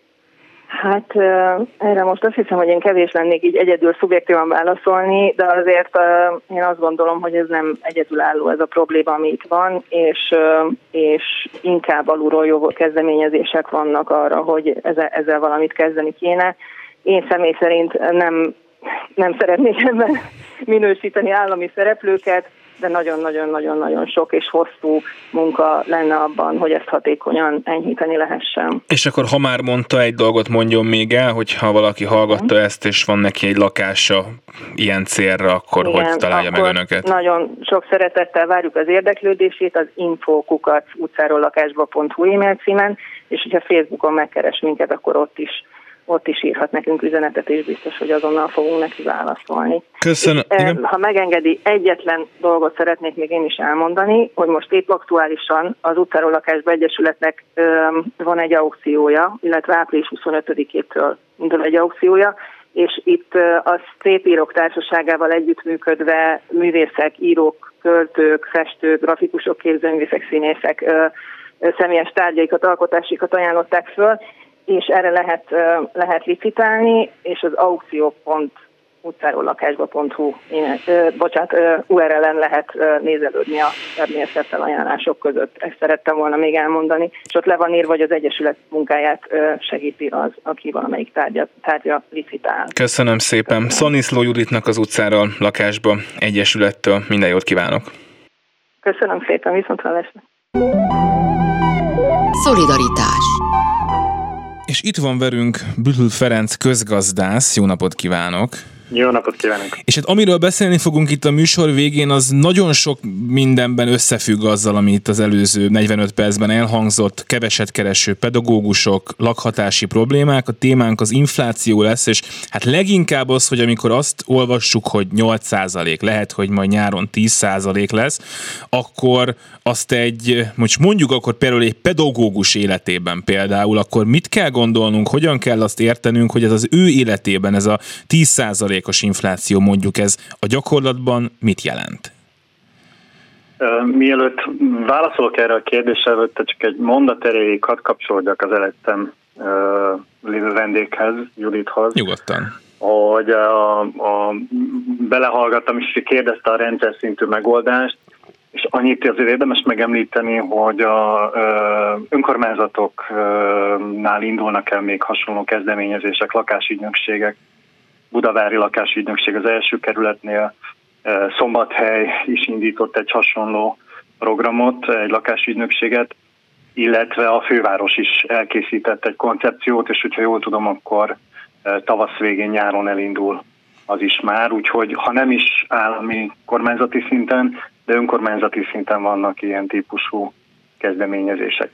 Speaker 5: Hát erre most azt hiszem, hogy én kevés lennék így egyedül szubjektívan válaszolni, de azért én azt gondolom, hogy ez nem egyedülálló ez a probléma, ami itt van, és inkább alulról jövő kezdeményezések vannak arra, hogy ezzel valamit kezdeni kéne. Én személy szerint nem szeretnék ebben minősíteni állami szereplőket, de nagyon-nagyon-nagyon sok és hosszú munka lenne abban, hogy ezt hatékonyan enyhíteni lehessen.
Speaker 2: És akkor, ha már mondta, egy dolgot mondjon még el, hogyha valaki hallgatta ezt, és van neki egy lakása ilyen célra, akkor igen, hogy találja meg önöket? Nagyon
Speaker 5: sok szeretettel várjuk az érdeklődését az info@utcarollakásba.hu e-mail címen, és hogyha Facebookon megkeres minket, akkor ott is írhat nekünk üzenetet, és biztos, hogy azonnal fogunk neki válaszolni.
Speaker 2: Köszönöm.
Speaker 5: Ha megengedi, egyetlen dolgot szeretnék még én is elmondani, hogy most épp aktuálisan az Utcáról Lakásba Egyesületnek van egy aukciója, illetve április 25-től indul egy aukciója, és itt a Szépírók Társaságával együttműködve művészek, írók, költők, festők, grafikusok, képzőművészek, színészek személyes tárgyaikat, alkotásikat ajánlották föl, és erre lehet licitálni, és az aukció.utcarollakásba.hu URL-en lehet nézelődni a természettel ajánlások között. Ezt szerettem volna még elmondani. És ott le van írva, hogy az Egyesület munkáját segíti az, aki valamelyik tárgya licitál.
Speaker 2: Köszönöm szépen. Szaniszló Juditnak, az Utcáról Lakásba Egyesülettől minden jót kívánok.
Speaker 5: Köszönöm szépen, viszonthallásra.
Speaker 1: Szolidaritás.
Speaker 2: És itt van velünk Bütl Ferenc közgazdász. Jó napot kívánok!
Speaker 6: Jó napot kívánok!
Speaker 2: És hát amiről beszélni fogunk itt a műsor végén, az nagyon sok mindenben összefügg azzal, ami itt az előző 45 percben elhangzott, keveset kereső pedagógusok, lakhatási problémák. A témánk az infláció lesz, és hát leginkább az, hogy amikor azt olvassuk, hogy 8%, lehet, hogy majd nyáron 10% lesz, akkor azt most mondjuk akkor például egy pedagógus életében például, akkor mit kell gondolnunk, hogyan kell azt értenünk, hogy ez az ő életében, ez a 10%-os infláció mondjuk, ez a gyakorlatban mit jelent?
Speaker 6: Mielőtt válaszolok erre a kérdésre, előtte csak egy mondat erejéig hadd kapcsolódjak az előttem lévő vendéghez, Judithoz.
Speaker 2: Nyugodtan.
Speaker 6: Hogy belehallgattam, és kérdezte a rendszer szintű megoldást, és annyit azért érdemes megemlíteni, hogy a önkormányzatoknál indulnak el még hasonló kezdeményezések, lakásügynökségek, Budavári lakásügynökség az első kerületnél, Szombathely is indított egy hasonló programot, egy lakásügynökséget, illetve a főváros is elkészített egy koncepciót, és hogyha jól tudom, akkor tavasz végén, nyáron elindul az is már, úgyhogy ha nem is állami kormányzati szinten, de önkormányzati szinten vannak ilyen típusú kezdeményezések.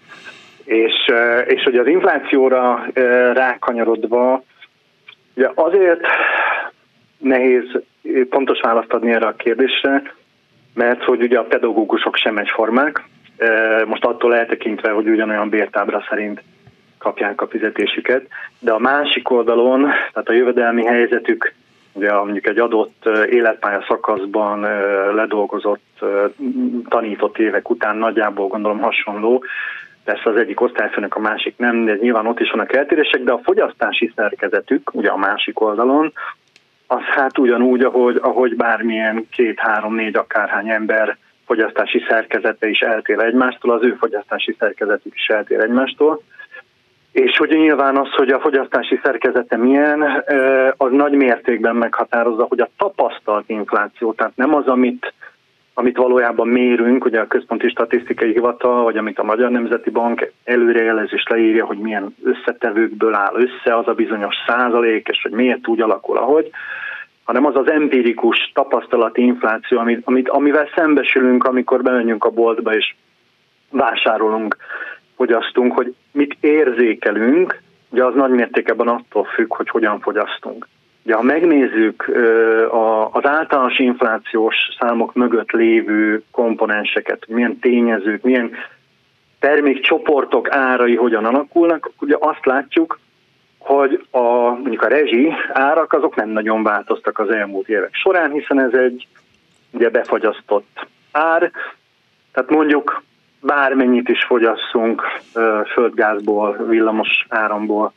Speaker 6: És hogy az inflációra rákanyarodva, ugye azért nehéz pontos választ adni erre a kérdésre, mert hogy ugye a pedagógusok sem egyformák, most attól eltekintve, hogy ugyanolyan bértábla szerint kapják a fizetésüket, de a másik oldalon, tehát a jövedelmi helyzetük, ugye mondjuk egy adott életpálya szakaszban ledolgozott, tanított évek után nagyjából gondolom hasonló, persze az egyik osztályfőnök, a másik nem, de nyilván ott is vannak eltérések, de a fogyasztási szerkezetük, ugye a másik oldalon, az hát ugyanúgy, ahogy bármilyen 2-3-4 akárhány ember fogyasztási szerkezete is eltér egymástól, az ő fogyasztási szerkezetük is eltér egymástól. És hogy nyilván az, hogy a fogyasztási szerkezete milyen, az nagy mértékben meghatározza, hogy a tapasztalt infláció, tehát nem az, amit valójában mérünk, ugye a Központi Statisztikai Hivatal, vagy amit a Magyar Nemzeti Bank előrejelzés leírja, hogy milyen összetevőkből áll össze az a bizonyos százalék, és hogy miért úgy alakul, ahogy, hanem az az empirikus tapasztalati infláció, amivel szembesülünk, amikor bemegyünk a boltba és vásárolunk, fogyasztunk, hogy mit érzékelünk, ugye az nagy mértékben attól függ, hogy hogyan fogyasztunk. Ugye, ha megnézzük az általános inflációs számok mögött lévő komponenseket, milyen tényezők, milyen termékcsoportok árai hogyan alakulnak, ugye azt látjuk, hogy mondjuk a rezsi árak azok nem nagyon változtak az elmúlt évek során, hiszen ez egy ugye befagyasztott ár, tehát mondjuk bármennyit is fogyasszunk földgázból, villamos áramból,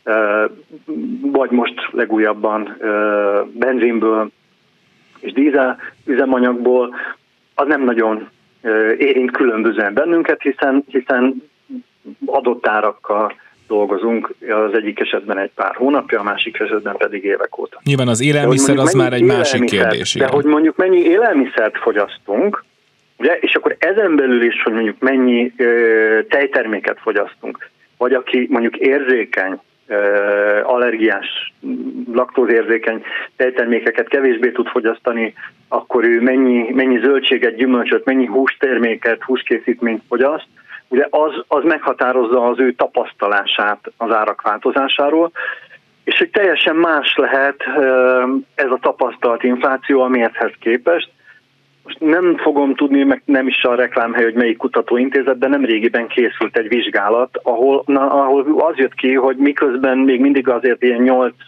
Speaker 6: vagy most legújabban benzinből és dízel üzemanyagból, az nem nagyon érint különbözően bennünket, hiszen adott árakkal dolgozunk, az egyik esetben egy pár hónapja, a másik esetben pedig évek óta.
Speaker 2: Nyilván az élelmiszer az már egy másik kérdés.
Speaker 6: De hogy mondjuk mennyi élelmiszert fogyasztunk, ugye, és akkor ezen belül is, hogy mondjuk mennyi tejterméket fogyasztunk, vagy aki mondjuk érzékeny, allergiás, laktózérzékeny tejtermékeket kevésbé tud fogyasztani, akkor ő mennyi zöldséget, gyümölcsöt, mennyi hústerméket, húskészítményt fogyaszt, ugye az meghatározza az ő tapasztalását az árak változásáról, és hogy teljesen más lehet ez a tapasztalt infláció a mérthez képest. Most nem fogom tudni, meg nem is a reklámhely, hogy melyik kutatóintézet, de nem régiben készült egy vizsgálat, ahol az jött ki, hogy miközben még mindig azért ilyen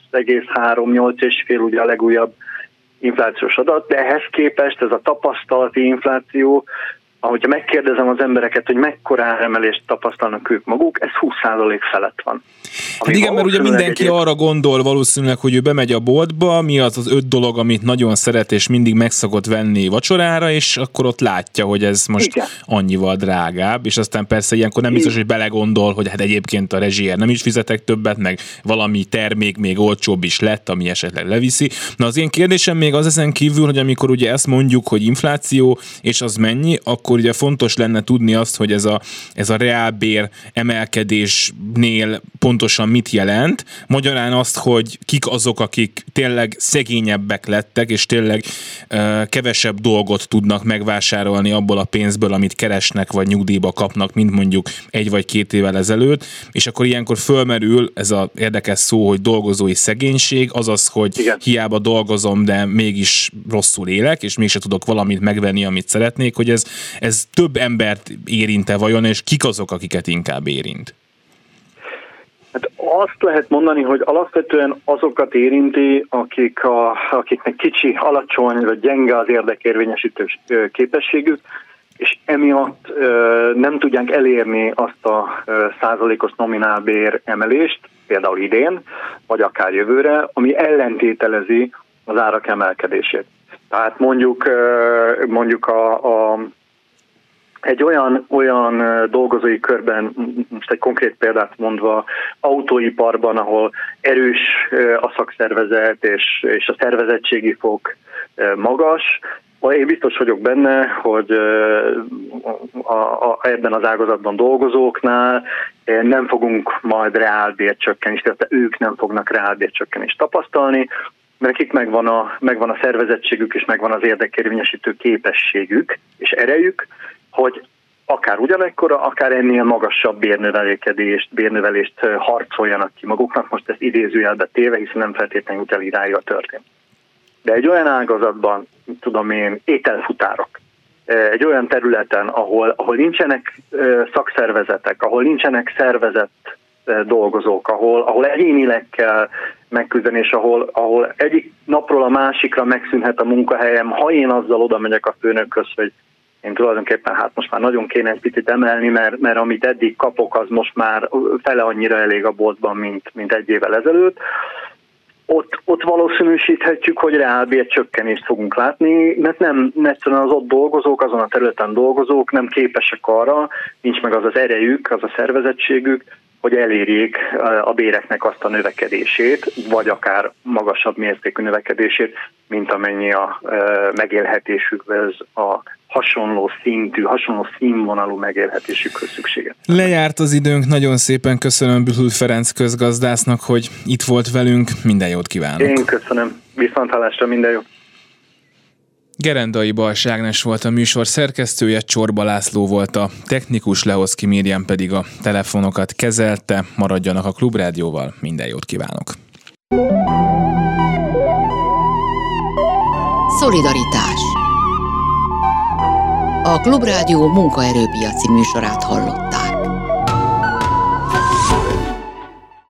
Speaker 6: 8,3-8,5 ugye a legújabb inflációs adat, de ehhez képest ez a tapasztalati infláció, ahogyha megkérdezem az embereket, hogy mekkora áremelést tapasztalnak ők maguk, ez 20% felett van.
Speaker 2: Hát igen, mert ugye mindenki arra gondol valószínűleg, hogy ő bemegy a boltba, mi az 5 dolog, amit nagyon szeret, és mindig meg szokott venni vacsorára, és akkor ott látja, hogy ez most igen, annyival drágább, és aztán persze ilyenkor nem biztos, hogy belegondol, hogy hát egyébként a rezsiért nem is fizetek többet, meg valami termék még olcsóbb is lett, ami esetleg leviszi. Na az én kérdésem még az ezen kívül, hogy amikor ugye ezt mondjuk, hogy infláció, és az mennyi, akkor ugye fontos lenne tudni azt, hogy ez a reálbér emelkedésnél pontosan mit jelent. Magyarán azt, hogy kik azok, akik tényleg szegényebbek lettek, és tényleg kevesebb dolgot tudnak megvásárolni abból a pénzből, amit keresnek, vagy nyugdíjba kapnak, mint mondjuk 1 vagy 2 évvel ezelőtt, és akkor ilyenkor fölmerül ez az érdekes szó, hogy dolgozói szegénység, azaz, hogy igen, hiába dolgozom, de mégis rosszul élek, és mégse tudok valamit megvenni, amit szeretnék, hogy ez több embert érint-e vajon, és kik azok, akiket inkább érint?
Speaker 6: Hát azt lehet mondani, hogy alapvetően azokat érinti, akiknek kicsi, alacsony vagy gyenge az érdekérvényesítő képességük, és emiatt nem tudják elérni azt a százalékos nominálbér emelést, például idén, vagy akár jövőre, ami ellentételezi az árak emelkedését. Tehát mondjuk egy olyan dolgozói körben, most egy konkrét példát mondva, autóiparban, ahol erős a szakszervezet és a szervezettségi fok magas, én biztos vagyok benne, hogy ebben az ágazatban dolgozóknál nem fogunk majd reálbércsökkenést, tehát ők nem fognak reálbércsökkenést tapasztalni, mert nekik megvan a szervezettségük és megvan az érdekérvényesítő képességük és erejük, hogy akár ugyanekkora, akár ennél magasabb bérnövelést harcoljanak ki maguknak, most ezt idézőjelbe téve, hiszen nem feltétlenül jut el idáig a történet. De egy olyan ágazatban, tudom én, ételfutárok, egy olyan területen, ahol nincsenek szakszervezetek, ahol nincsenek szervezett dolgozók, ahol egyénileg kell megküzdeni, és ahol egyik napról a másikra megszűnhet a munkahelyem, ha én azzal oda megyek a főnökhöz, hogy én tulajdonképpen most már nagyon kéne egy picit emelni, mert amit eddig kapok, az most már fele annyira elég a boltban, mint egy évvel ezelőtt. Ott valószínűsíthetjük, hogy reálbércsökkenést fogunk látni, mert nem egyszerűen az ott dolgozók, azon a területen dolgozók nem képesek arra, nincs meg az az erejük, az a szervezettségük, hogy elérjék a béreknek azt a növekedését, vagy akár magasabb mértékű növekedését, mint amennyi a megélhetésükhöz, a hasonló színvonalú megélhetésükhöz szükséges.
Speaker 2: Lejárt az időnk, nagyon szépen köszönöm Bühlő Ferenc közgazdásznak, hogy itt volt velünk, minden jót kívánok.
Speaker 6: Én köszönöm, viszonthallásra, minden jót.
Speaker 2: Gerendai Balázs Ágnes volt a műsor szerkesztője, Csorba László volt a technikus, Lehoszki Miriam pedig a telefonokat kezelte. Maradjanak a Klubrádióval, minden jót kívánok.
Speaker 1: Szolidaritás. A Klubrádió munkaerőpiaci műsorát hallott.